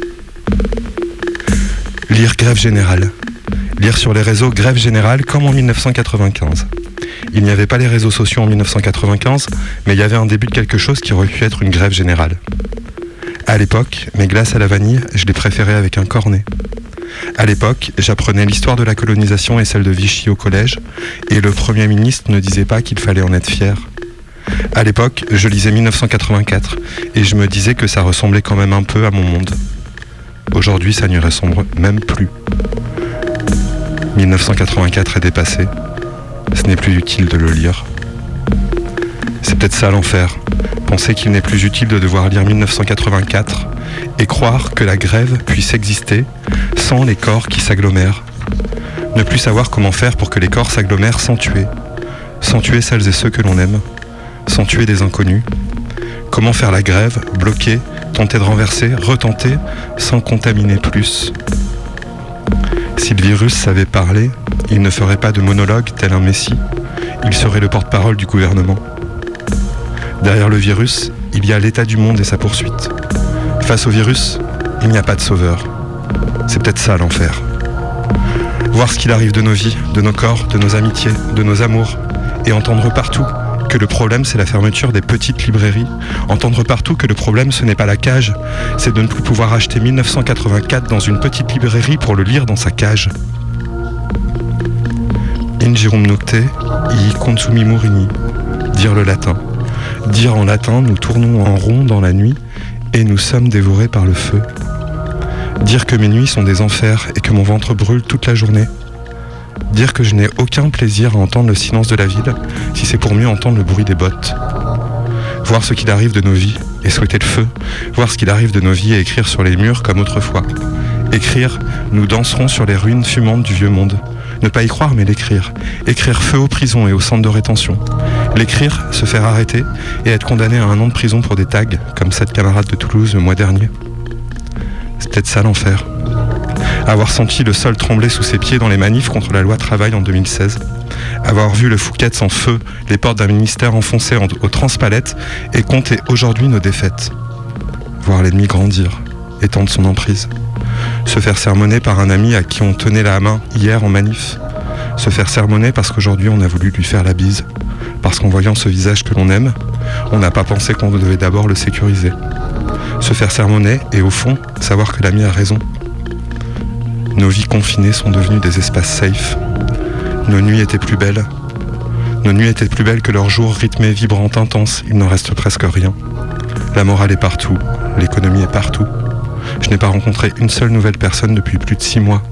Lire Grève Générale. Lire sur les réseaux Grève Générale comme en 1995. Il n'y avait pas les réseaux sociaux en 1995, mais il y avait un début de quelque chose qui aurait pu être une grève générale. À l'époque, mes glaces à la vanille, je les préférais avec un cornet. À l'époque, j'apprenais l'histoire de la colonisation et celle de Vichy au collège, et le Premier ministre ne disait pas qu'il fallait en être fier. À l'époque, je lisais 1984, et je me disais que ça ressemblait quand même un peu à mon monde. Aujourd'hui, ça n'y ressemble même plus. 1984 est dépassé, ce n'est plus utile de le lire. C'est peut-être ça l'enfer, penser qu'il n'est plus utile de devoir lire 1984 et croire que la grève puisse exister sans les corps qui s'agglomèrent Ne plus savoir comment faire pour que les corps s'agglomèrent sans tuer celles et ceux que l'on aime, sans tuer des inconnus. Comment faire la grève, bloquer, tenter de renverser, retenter, sans contaminer plus. Si le virus savait parler, il ne ferait pas de monologue tel un messie, il serait le porte-parole du gouvernement. Derrière le virus, il y a l'état du monde et sa poursuite. Face au virus, il n'y a pas de sauveur. C'est peut-être ça l'enfer. Voir ce qu'il arrive de nos vies, de nos corps, de nos amitiés, de nos amours, et entendre partout que le problème c'est la fermeture des petites librairies, entendre partout que le problème ce n'est pas la cage, c'est de ne plus pouvoir acheter 1984 dans une petite librairie pour le lire dans sa cage. Ingerum nocte, i consumimur ini, dire le latin. Dire en latin, nous tournons en rond dans la nuit et nous sommes dévorés par le feu. Dire que mes nuits sont des enfers et que mon ventre brûle toute la journée. Dire que je n'ai aucun plaisir à entendre le silence de la ville si c'est pour mieux entendre le bruit des bottes. Voir ce qu'il arrive de nos vies et souhaiter le feu. Voir ce qu'il arrive de nos vies et écrire sur les murs comme autrefois. Écrire, nous danserons sur les ruines fumantes du vieux monde. Ne pas y croire mais l'écrire. Écrire feu aux prisons et aux centres de rétention. L'écrire, se faire arrêter et être condamné à 1 an de prison pour des tags, comme cette camarade de Toulouse le mois dernier. C'est peut-être ça l'enfer. Avoir senti le sol trembler sous ses pieds dans les manifs contre la loi travail en 2016. Avoir vu le Fouquet's en feu, les portes d'un ministère enfoncées aux transpalettes et compter aujourd'hui nos défaites. Voir l'ennemi grandir, étendre son emprise. Se faire sermonner par un ami à qui on tenait la main hier en manif. Se faire sermonner parce qu'aujourd'hui on a voulu lui faire la bise. Parce qu'en voyant ce visage que l'on aime, on n'a pas pensé qu'on devait d'abord le sécuriser. Se faire sermonner et au fond, savoir que l'ami a raison. Nos vies confinées sont devenues des espaces safe. Nos nuits étaient plus belles. Nos nuits étaient plus belles que leurs jours rythmés, vibrants, intenses. Il n'en reste presque rien. La morale est partout. L'économie est partout. Je n'ai pas rencontré une seule nouvelle personne depuis plus de 6 mois.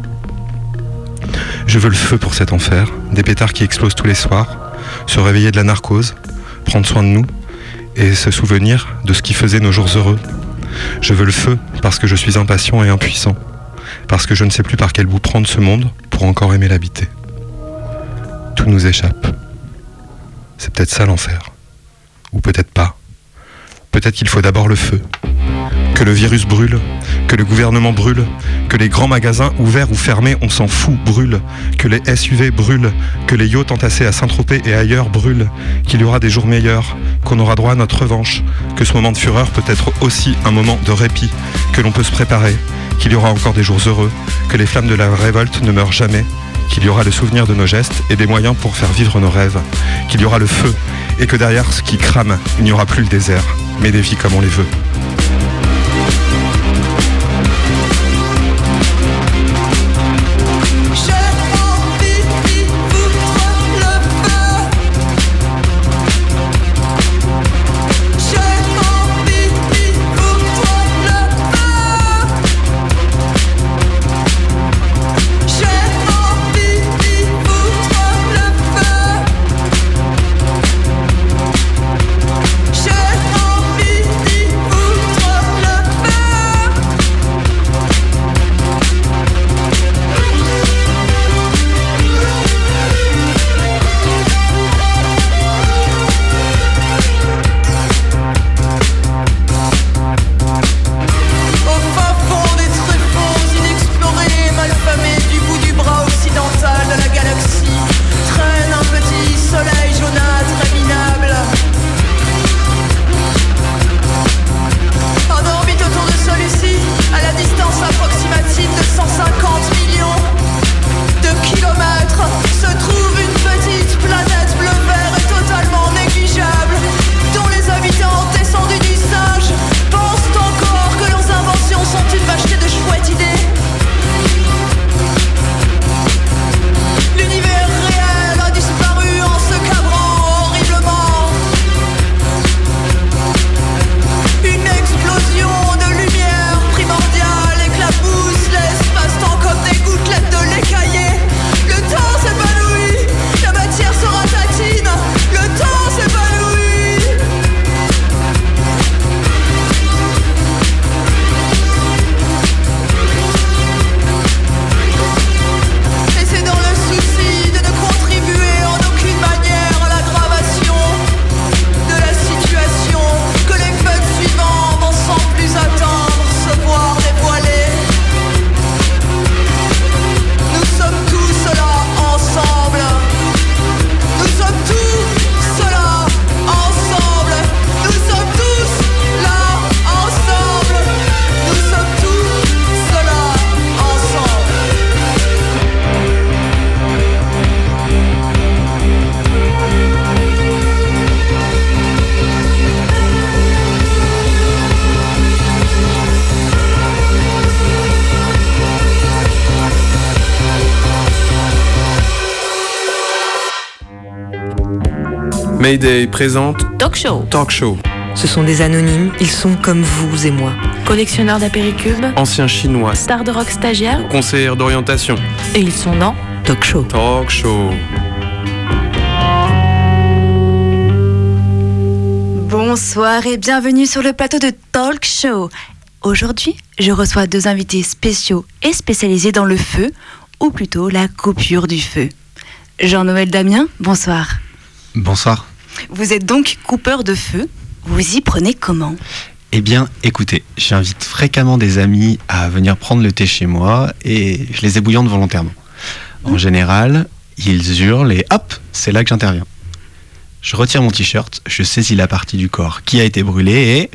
Je veux le feu pour cet enfer. Des pétards qui explosent tous les soirs. Se réveiller de la narcose. Prendre soin de nous. Et se souvenir de ce qui faisait nos jours heureux. Je veux le feu parce que je suis impatient et impuissant. Parce que je ne sais plus par quel bout prendre ce monde pour encore aimer l'habiter. Tout nous échappe. C'est peut-être ça l'enfer. Ou peut-être pas. Peut-être qu'il faut d'abord le feu. Que le virus brûle, que le gouvernement brûle, que les grands magasins ouverts ou fermés, on s'en fout, brûlent, que les SUV brûlent, que les yachts entassés à Saint-Tropez et ailleurs brûlent, qu'il y aura des jours meilleurs, qu'on aura droit à notre revanche, que ce moment de fureur peut être aussi un moment de répit, que l'on peut se préparer, qu'il y aura encore des jours heureux, que les flammes de la révolte ne meurent jamais, qu'il y aura le souvenir de nos gestes et des moyens pour faire vivre nos rêves, qu'il y aura le feu, et que derrière ce qui crame, il n'y aura plus le désert, mais des vies comme on les veut. Mayday présente Talk Show. Talk Show. Ce sont des anonymes, ils sont comme vous et moi. Collectionneurs d'apéricubes, Anciens chinois, stars de rock stagiaires, conseillers d'orientation. Et ils sont dans Talk Show. Talk Show. Bonsoir et bienvenue sur le plateau de Talk Show. Aujourd'hui, je reçois 2 invités spéciaux et spécialisés dans le feu, ou plutôt la coupure du feu. Jean-Noël Damien, bonsoir. Bonsoir. Vous êtes donc coupeur de feu. Vous y prenez comment ? Eh bien, écoutez, j'invite fréquemment des amis à venir prendre le thé chez moi et je les ébouillante volontairement. En général, ils hurlent et hop, c'est là que j'interviens. Je retire mon t-shirt, je saisis la partie du corps qui a été brûlée et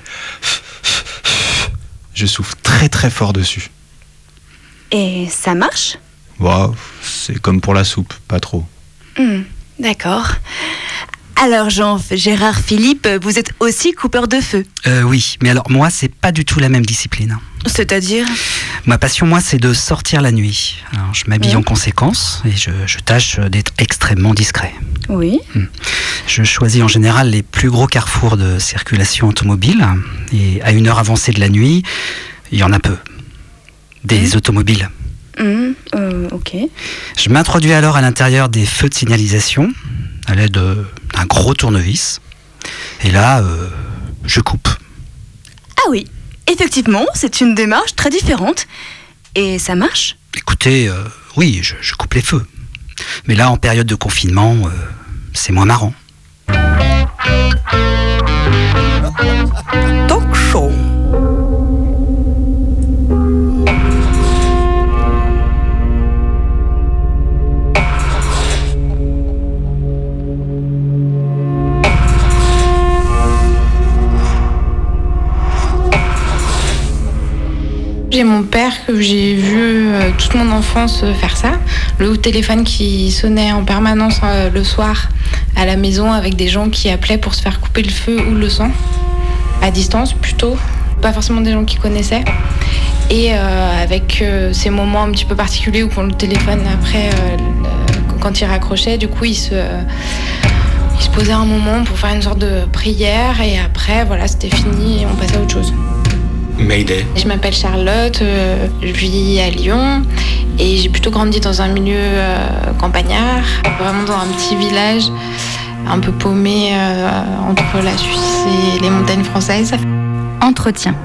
je souffle très très fort dessus. Et ça marche ? Wow, c'est comme pour la soupe, pas trop. D'accord. Alors Jean-Gérard Philippe, vous êtes aussi coupeur de feu ? Oui, mais alors moi c'est pas du tout la même discipline. C'est-à-dire ? Ma passion moi c'est de sortir la nuit. Alors, je m'habille en conséquence et je tâche d'être extrêmement discret. Oui. Je choisis en général les plus gros carrefours de circulation automobile et à une heure avancée de la nuit, il y en a peu. Des automobiles. Ok. Je m'introduis alors à l'intérieur des feux de signalisation à l'aide d'un gros tournevis. Et là, je coupe. Ah oui, effectivement, c'est une démarche très différente. Et ça marche ? Écoutez, oui, je coupe les feux. Mais là, en période de confinement, c'est moins marrant. Talk Show. J'ai mon père que j'ai vu toute mon enfance faire ça. Le téléphone qui sonnait en permanence le soir à la maison avec des gens qui appelaient pour se faire couper le feu ou le sang. À distance plutôt, pas forcément des gens qui connaissaient. Et avec ces moments un petit peu particuliers où le téléphone après, quand il raccrochait, du coup il se posait un moment pour faire une sorte de prière et après voilà c'était fini et on passait à autre chose. Mayday. Je m'appelle Charlotte, je vis à Lyon et j'ai plutôt grandi dans un milieu campagnard, vraiment dans un petit village un peu paumé entre la Suisse et les montagnes françaises. Entretien.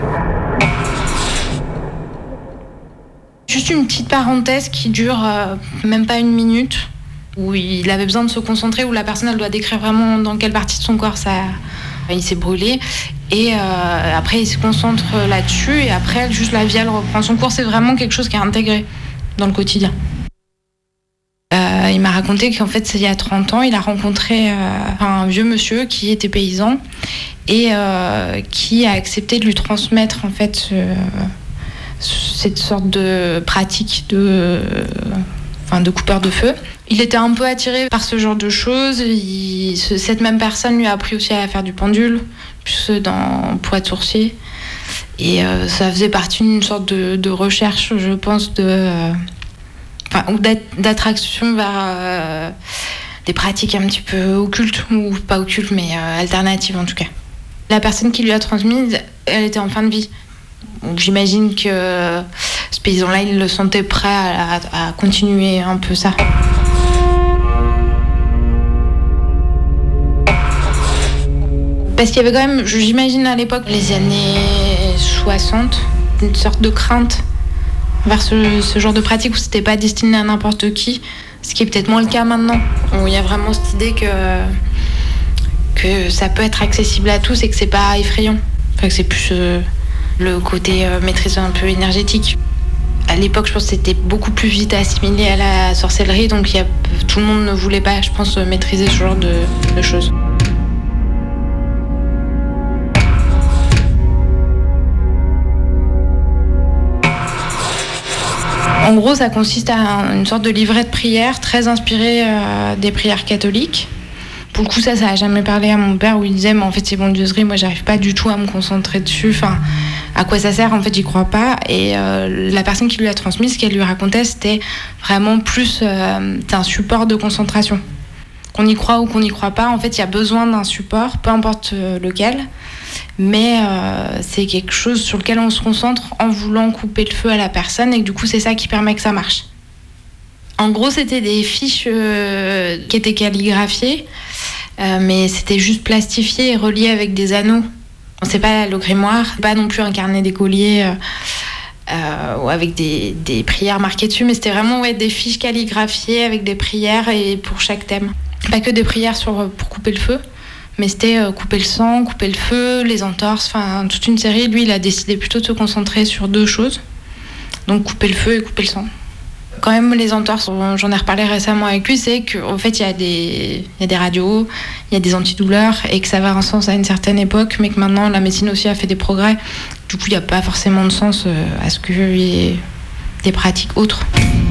Juste une petite parenthèse qui dure même pas 1 minute, où il avait besoin de se concentrer, où la personne elle doit décrire vraiment dans quelle partie de son corps il s'est brûlé. Et après, il se concentre là-dessus. Et après, juste la vie, elle reprend son cours. C'est vraiment quelque chose qui est intégré dans le quotidien. Il m'a raconté qu'en fait, il y a 30 ans, il a rencontré un vieux monsieur qui était paysan et qui a accepté de lui transmettre en fait cette sorte de pratique de coupeur de feu. Il était un peu attiré par ce genre de choses. Cette même personne lui a appris aussi à faire du pendule, plus dans Poix-Tourcier. Et ça faisait partie d'une sorte de recherche, je pense, d'attraction vers des pratiques un petit peu occultes, ou pas occultes, mais alternatives en tout cas. La personne qui lui a transmise, elle était en fin de vie. Donc j'imagine que ce paysan-là, il le sentait prêt à continuer un peu ça. Parce qu'il y avait quand même, j'imagine à l'époque, les années 60, une sorte de crainte vers ce genre de pratique où c'était pas destiné à n'importe qui, ce qui est peut-être moins le cas maintenant, où il y a vraiment cette idée que ça peut être accessible à tous et que c'est pas effrayant. Enfin, que c'est plus le côté maîtrise un peu énergétique. À l'époque, je pense que c'était beaucoup plus vite assimilé à la sorcellerie, donc tout le monde ne voulait pas, je pense, maîtriser ce genre de choses. En gros, ça consiste à une sorte de livret de prière très inspiré des prières catholiques. Pour le coup, ça a jamais parlé à mon père où il disait mais en fait c'est bondieuserie, moi j'arrive pas du tout à me concentrer dessus. Enfin, à quoi ça sert en fait, j'y crois pas. Et la personne qui lui a transmis, ce qu'elle lui racontait, c'était vraiment plus un support de concentration. Qu'on y croit ou qu'on n'y croit pas, en fait, il y a besoin d'un support, peu importe lequel. Mais c'est quelque chose sur lequel on se concentre en voulant couper le feu à la personne et que du coup, c'est ça qui permet que ça marche. En gros, c'était des fiches qui étaient calligraphiées, mais c'était juste plastifié et relié avec des anneaux. C'est pas le grimoire, pas non plus un carnet d'écolier avec des prières marquées dessus, mais c'était vraiment des fiches calligraphiées avec des prières et pour chaque thème. Pas que des prières pour couper le feu, mais c'était couper le sang, couper le feu, les entorses, enfin toute une série. Lui, il a décidé plutôt de se concentrer sur 2 choses, donc couper le feu et couper le sang. Quand même, les entorses, j'en ai reparlé récemment avec lui, c'est qu'en fait, il y a des radios, il y a des antidouleurs, et que ça avait un sens à une certaine époque, mais que maintenant, la médecine aussi a fait des progrès. Du coup, il n'y a pas forcément de sens à ce qu'il y ait des pratiques autres.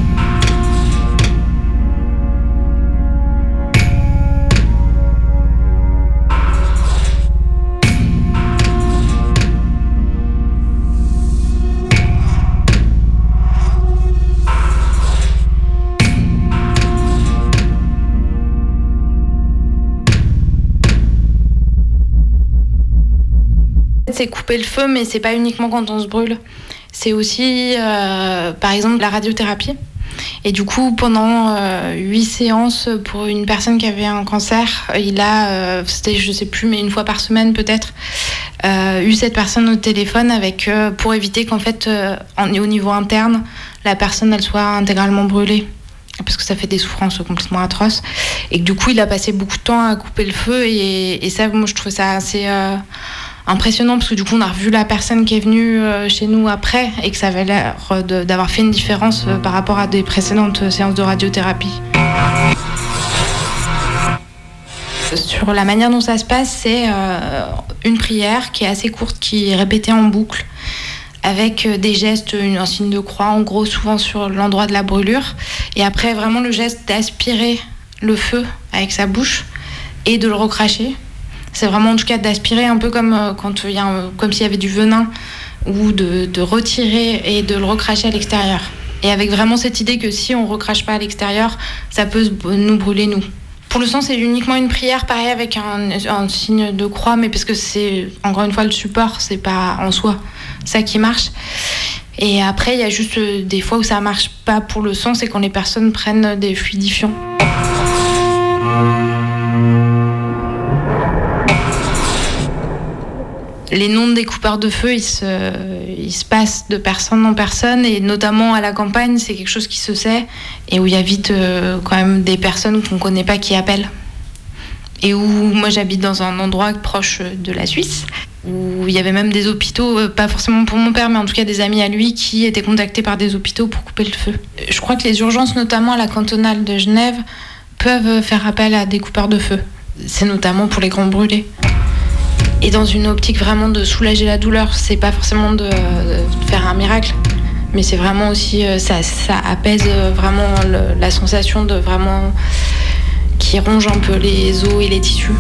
C'est couper le feu, mais c'est pas uniquement quand on se brûle. C'est aussi, par exemple, la radiothérapie. Et du coup, pendant 8 séances pour une personne qui avait un cancer, il a, c'était, je sais plus, mais 1 fois par semaine peut-être, eu cette personne au téléphone pour éviter qu'en fait, au niveau interne, la personne elle soit intégralement brûlée. Parce que ça fait des souffrances complètement atroces. Et que du coup, il a passé beaucoup de temps à couper le feu. Et ça, moi, je trouve ça assez impressionnant parce que du coup, on a revu la personne qui est venue chez nous après et que ça avait l'air d'avoir fait une différence par rapport à des précédentes séances de radiothérapie. Sur la manière dont ça se passe, c'est une prière qui est assez courte, qui est répétée en boucle, avec des gestes, un signe de croix, en gros, souvent sur l'endroit de la brûlure. Et après, vraiment le geste d'aspirer le feu avec sa bouche et de le recracher. C'est vraiment en tout cas d'aspirer un peu comme quand il y a comme s'il y avait du venin, ou de retirer et de le recracher à l'extérieur. Et avec vraiment cette idée que si on recrache pas à l'extérieur, ça peut nous brûler nous. Pour le sang, c'est uniquement une prière, pareil avec un signe de croix, mais parce que c'est, encore une fois, le support, c'est pas en soi ça qui marche. Et après, il y a juste des fois où ça marche pas pour le sang, c'est quand les personnes prennent des fluidifiants. Les noms des coupeurs de feu, ils se passent de personne en personne, et notamment à la campagne, c'est quelque chose qui se sait, et où il y a vite quand même des personnes qu'on ne connaît pas qui appellent. Et où moi j'habite dans un endroit proche de la Suisse, où il y avait même des hôpitaux, pas forcément pour mon père, mais en tout cas des amis à lui qui étaient contactés par des hôpitaux pour couper le feu. Je crois que les urgences, notamment à la cantonale de Genève, peuvent faire appel à des coupeurs de feu. C'est notamment pour les grands brûlés. Et dans une optique vraiment de soulager la douleur, c'est pas forcément de faire un miracle, mais c'est vraiment aussi, ça apaise vraiment la sensation de vraiment qui ronge un peu les os et les tissus.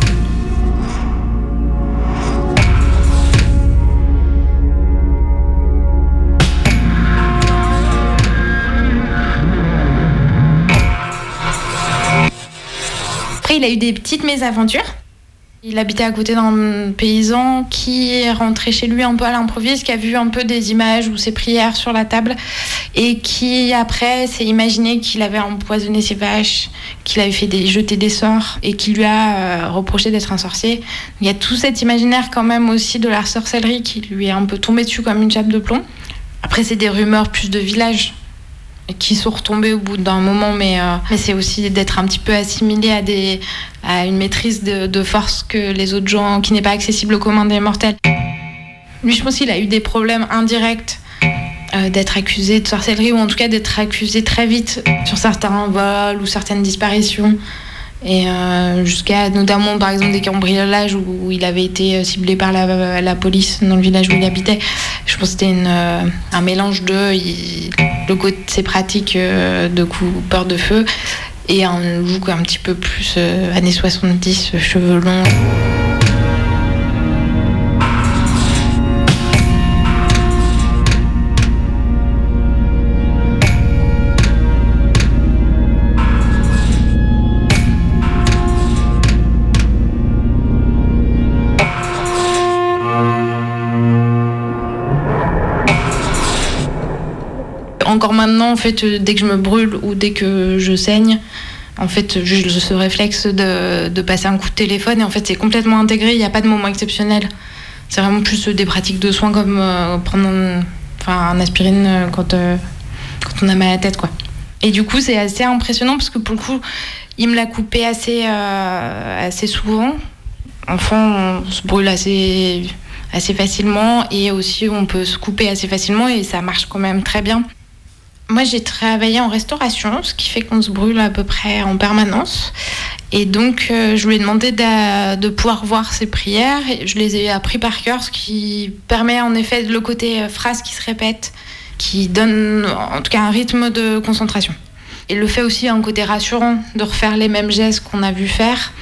Après, il a eu des petites mésaventures. Il habitait à côté d'un paysan qui est rentré chez lui un peu à l'improviste, qui a vu un peu des images ou ses prières sur la table et qui après s'est imaginé qu'il avait empoisonné ses vaches, qu'il avait fait jeter des sorts et qui lui a reproché d'être un sorcier. Il y a tout cet imaginaire quand même aussi de la sorcellerie qui lui est un peu tombé dessus comme une chape de plomb. Après, c'est des rumeurs plus de village qui sont retombées au bout d'un moment, mais c'est aussi d'être un petit peu assimilé à une maîtrise de force que les autres gens, qui n'est pas accessible au commun des mortels. Lui, je pense qu'il a eu des problèmes indirects d'être accusé de sorcellerie, ou en tout cas d'être accusé très vite sur certains vols ou certaines disparitions, et jusqu'à notamment par exemple des cambriolages où il avait été ciblé par la police dans le village où il habitait. Je pense que c'était un mélange de ses pratiques de coupeur de feu et un look un petit peu plus années 70, cheveux longs. encore maintenant, en fait, dès que je me brûle ou dès que je saigne, en fait, j'ai ce réflexe de passer un coup de téléphone et en fait, c'est complètement intégré, il n'y a pas de moment exceptionnel. C'est vraiment plus des pratiques de soins comme prendre un aspirine quand on a mal à la tête, quoi. Et du coup, c'est assez impressionnant parce que pour le coup, il me l'a coupé assez souvent. Enfant, on se brûle assez facilement et aussi on peut se couper assez facilement et ça marche quand même très bien. Moi, j'ai travaillé en restauration, ce qui fait qu'on se brûle à peu près en permanence. Et donc, je lui ai demandé de pouvoir voir ses prières. Je les ai appris par cœur, ce qui permet en effet le côté phrase qui se répète, qui donne en tout cas un rythme de concentration. Et le fait aussi un côté rassurant de refaire les mêmes gestes qu'on a vu faire.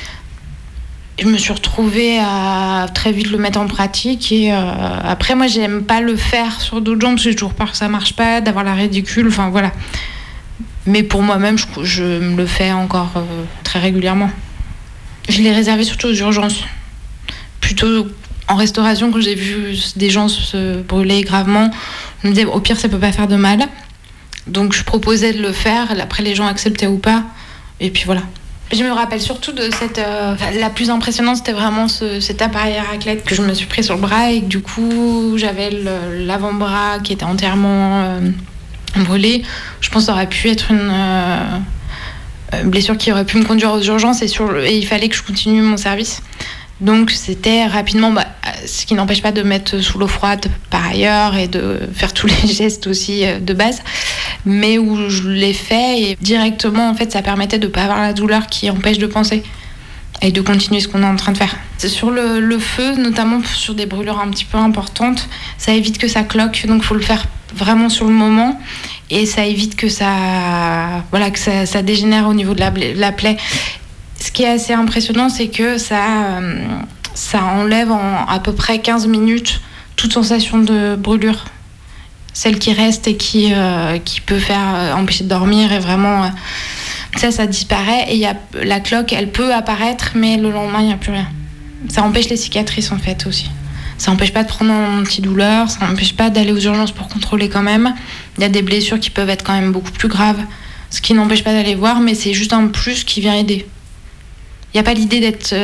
Je me suis retrouvée à très vite le mettre en pratique et après moi j'aime pas le faire sur d'autres gens parce que j'ai toujours peur que ça marche pas, d'avoir la ridicule, enfin voilà. Mais pour moi-même je me le fais encore très régulièrement. Je l'ai réservé surtout aux urgences. Plutôt en restauration quand j'ai vu des gens se brûler gravement, je me disais au pire ça peut pas faire de mal. Donc je proposais de le faire, après les gens acceptaient ou pas et puis voilà. Je me rappelle surtout de la plus impressionnante, c'était vraiment cet appareil à raclette que je me suis pris sur le bras et que du coup j'avais l'avant-bras qui était entièrement brûlé. Je pense que ça aurait pu être une blessure qui aurait pu me conduire aux urgences et il fallait que je continue mon service. Donc c'était rapidement, ce qui n'empêche pas de mettre sous l'eau froide par ailleurs et de faire tous les gestes aussi de base, mais où je l'ai fait et directement en fait ça permettait de ne pas avoir la douleur qui empêche de penser et de continuer ce qu'on est en train de faire. Sur le feu, notamment sur des brûlures un petit peu importantes, ça évite que ça cloque, donc il faut le faire vraiment sur le moment et ça évite que ça dégénère au niveau de la plaie. Ce qui est assez impressionnant, c'est que ça enlève en à peu près 15 minutes toute sensation de brûlure. Celle qui reste et qui peut faire empêcher de dormir et vraiment... ça disparaît et la cloque, elle peut apparaître, mais le lendemain, il n'y a plus rien. Ça empêche les cicatrices, en fait, aussi. Ça n'empêche pas de prendre un antidouleur, ça n'empêche pas d'aller aux urgences pour contrôler quand même. Il y a des blessures qui peuvent être quand même beaucoup plus graves, ce qui n'empêche pas d'aller voir, mais c'est juste un plus qui vient aider. Il n'y a pas l'idée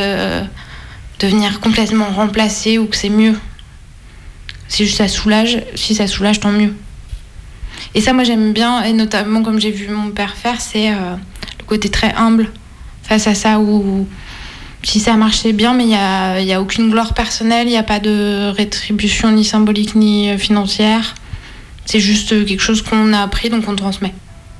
de venir complètement remplacer ou que c'est mieux. C'est juste ça soulage. Si ça soulage, tant mieux. Et ça, moi, j'aime bien, et notamment comme j'ai vu mon père faire, c'est le côté très humble face à ça, où si ça marchait bien, mais il n'y a aucune gloire personnelle, il n'y a pas de rétribution ni symbolique ni financière. C'est juste quelque chose qu'on a appris, donc on transmet.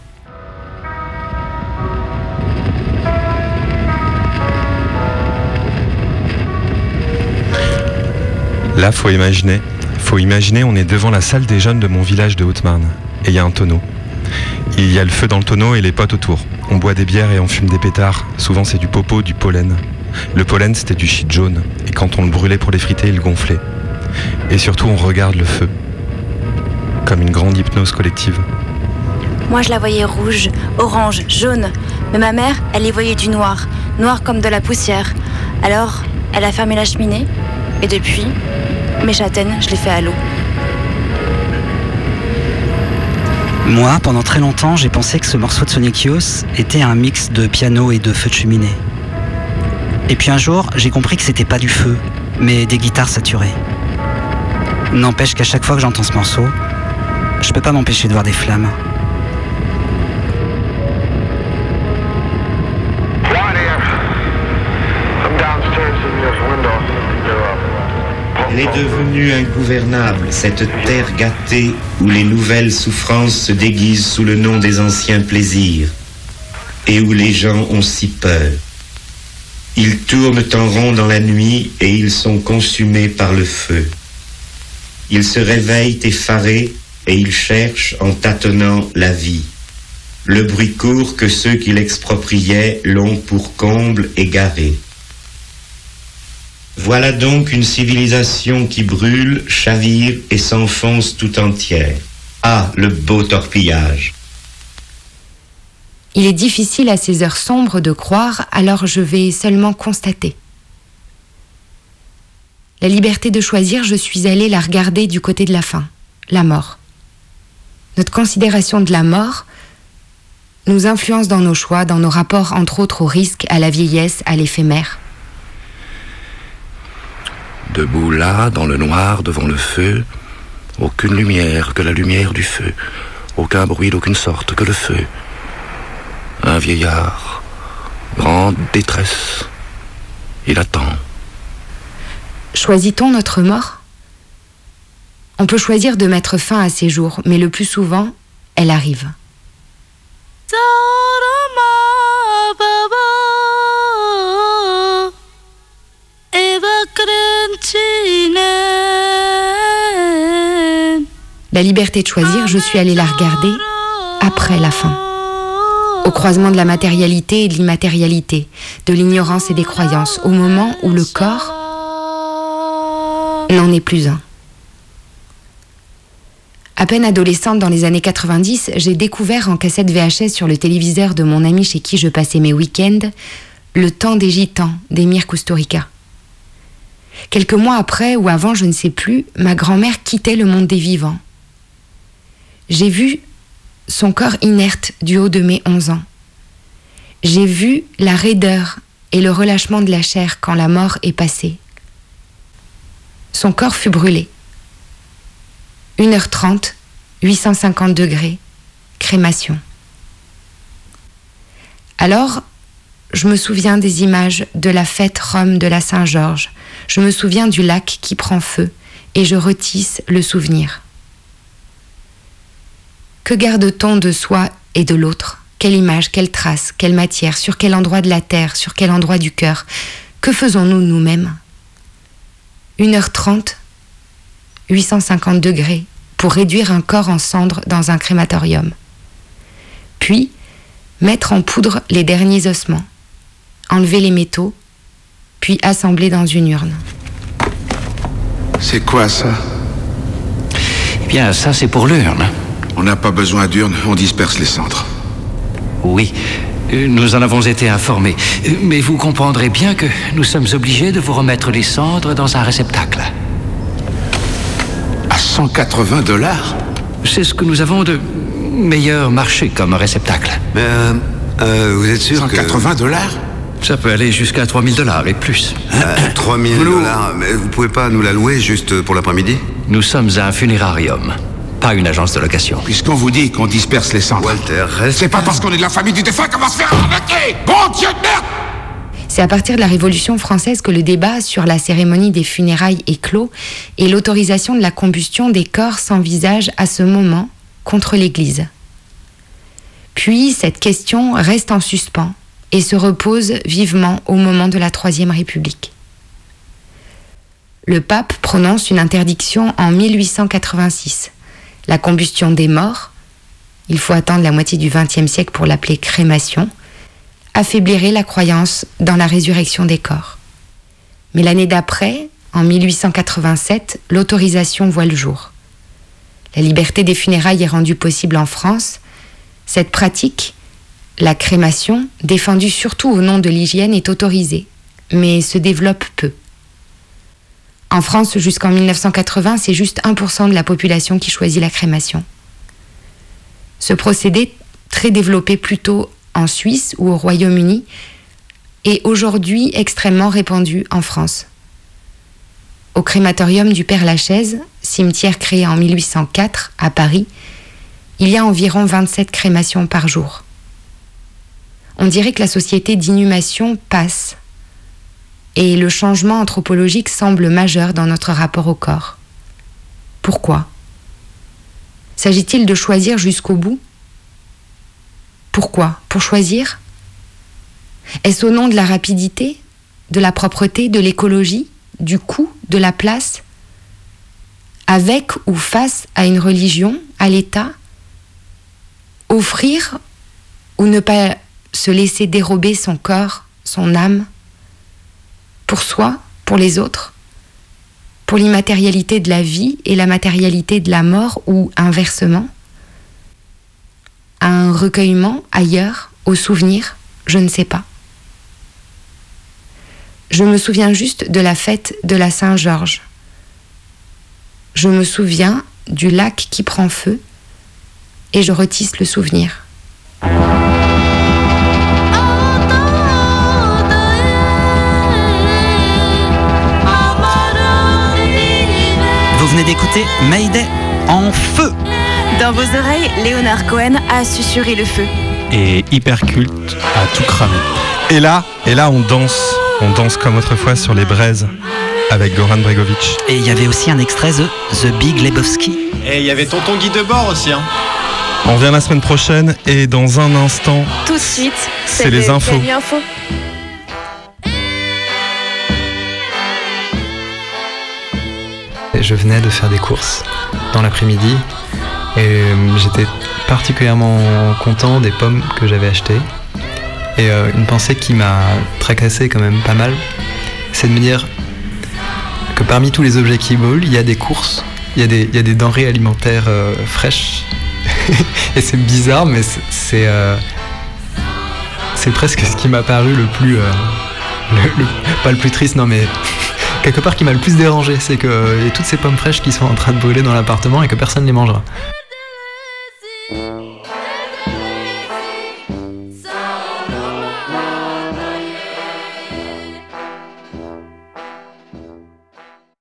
Là, faut imaginer, on est devant la salle des jeunes de mon village de Haute-Marne. Et il y a un tonneau. Il y a le feu dans le tonneau et les potes autour. On boit des bières et on fume des pétards. Souvent, c'est du popo, du pollen. Le pollen, c'était du shit jaune. Et quand on le brûlait pour les friter, il gonflait. Et surtout, on regarde le feu. Comme une grande hypnose collective. Moi, je la voyais rouge, orange, jaune. Mais ma mère, elle y voyait du noir. Noir comme de la poussière. Alors, elle a fermé la cheminée. Et depuis, mes châtaignes, je les fais à l'eau. Moi, pendant très longtemps, j'ai pensé que ce morceau de Sonic Youth était un mix de piano et de feu de cheminée. Et puis un jour, j'ai compris que c'était pas du feu, mais des guitares saturées. N'empêche qu'à chaque fois que j'entends ce morceau, je peux pas m'empêcher de voir des flammes. Elle est devenue ingouvernable, cette terre gâtée où les nouvelles souffrances se déguisent sous le nom des anciens plaisirs et où les gens ont si peur. Ils tournent en rond dans la nuit et ils sont consumés par le feu. Ils se réveillent effarés et ils cherchent en tâtonnant la vie. Le bruit court que ceux qui l'expropriaient l'ont pour comble égaré. Voilà donc une civilisation qui brûle, chavire et s'enfonce tout entière. Ah, le beau torpillage! Il est difficile à ces heures sombres de croire, alors je vais seulement constater. La liberté de choisir, je suis allée la regarder du côté de la fin, la mort. notre considération de la mort nous influence dans nos choix, dans nos rapports entre autres au risque, à la vieillesse, à l'éphémère. Debout là, dans le noir, devant le feu, aucune lumière que la lumière du feu, aucun bruit d'aucune sorte que le feu. Un vieillard, grande détresse, il attend. Choisit-on notre mort ? On peut choisir de mettre fin à ces jours, mais le plus souvent, elle arrive. La liberté de choisir, je suis allée la regarder après la fin. Au croisement de la matérialité et de l'immatérialité, de l'ignorance et des croyances, au moment où le corps n'en est plus un. À peine adolescente dans les années 90, j'ai découvert en cassette VHS sur le téléviseur de mon ami chez qui je passais mes week-ends Le Temps des Gitans d'Emir Kusturica. Quelques mois après ou avant, je ne sais plus, ma grand-mère quittait le monde des vivants. J'ai vu son corps inerte du haut de mes 11 ans. J'ai vu la raideur et le relâchement de la chair quand la mort est passée. Son corps fut brûlé. 1h30, 850 degrés, crémation. Alors, je me souviens des images de la fête Rome de la Saint-Georges. Je me souviens du lac qui prend feu et je retisse le souvenir. Que garde-t-on de soi et de l'autre ? Quelle image, quelle trace, quelle matière, sur quel endroit de la terre, sur quel endroit du cœur ? Que faisons-nous nous-mêmes ? 1h30, 850 degrés, pour réduire un corps en cendres dans un crématorium. Puis, mettre en poudre les derniers ossements, enlever les métaux, puis assembler dans une urne. C'est quoi ça ? Eh bien, ça c'est pour l'urne. On n'a pas besoin d'urne, on disperse les cendres. Oui, nous en avons été informés. Mais vous comprendrez bien que nous sommes obligés de vous remettre les cendres dans un réceptacle. À $180 ? C'est ce que nous avons de meilleur marché comme réceptacle. Mais vous êtes sûr que... $180 ? Ça peut aller jusqu'à $3000 et plus. $3000, mais vous pouvez pas nous la louer juste pour l'après-midi ? Nous sommes un funérarium, pas une agence de location. Puisqu'on vous dit qu'on disperse les cendres. Walter, reste... C'est pas parce qu'on est de la famille du défunt qu'on va se faire arnaquer ! Bon Dieu de merde ! C'est à partir de la Révolution française que le débat sur la cérémonie des funérailles est clos et l'autorisation de la combustion des corps s'envisage à ce moment contre l'Église. Puis cette question reste en suspens et se repose vivement au moment de la Troisième République. Le pape prononce une interdiction en 1886. La combustion des morts, il faut attendre la moitié du XXe siècle pour l'appeler crémation, affaiblirait la croyance dans la résurrection des corps. Mais l'année d'après, en 1887, l'autorisation voit le jour. La liberté des funérailles est rendue possible en France. Cette pratique, la crémation, défendue surtout au nom de l'hygiène, est autorisée, mais se développe peu. En France, jusqu'en 1980, c'est juste 1% de la population qui choisit la crémation. Ce procédé, très développé plutôt en Suisse ou au Royaume-Uni, est aujourd'hui extrêmement répandu en France. Au crématorium du Père-Lachaise, cimetière créé en 1804 à Paris, il y a environ 27 crémations par jour. On dirait que la société d'inhumation passe et le changement anthropologique semble majeur dans notre rapport au corps. Pourquoi ? S'agit-il de choisir jusqu'au bout ? Pourquoi ? Pour choisir ? Est-ce au nom de la rapidité, de la propreté, de l'écologie, du coût, de la place ? Avec ou face à une religion, à l'État ? Offrir ou ne pas se laisser dérober son corps, son âme ? Pour soi, pour les autres ? Pour l'immatérialité de la vie et la matérialité de la mort ou inversement ? À un recueillement ailleurs, au souvenir, je ne sais pas. Je me souviens juste de la fête de la Saint-Georges. Je me souviens du lac qui prend feu et je retisse le souvenir. Vous venez d'écouter Mayday en feu. Dans vos oreilles, Léonard Cohen a susurré le feu. Et Hyperculte a tout cramé. Et là, on danse comme autrefois sur les braises avec Goran Bregovic. Et il y avait aussi un extrait de The Big Lebowski. Et il y avait Tonton Guy Debord aussi. On revient la semaine prochaine et dans un instant, tout de suite, c'est les infos. Je venais de faire des courses dans l'après-midi et j'étais particulièrement content des pommes que j'avais achetées. Et une pensée qui m'a tracassé quand même pas mal, c'est de me dire que parmi tous les objets qui brûlent, il y a des courses, il y a des denrées alimentaires fraîches. Et c'est bizarre, mais c'est presque ce qui m'a paru le plus... pas le plus triste, non mais... quelque part qui m'a le plus dérangé, c'est que y a toutes ces pommes fraîches qui sont en train de brûler dans l'appartement et que personne ne les mangera.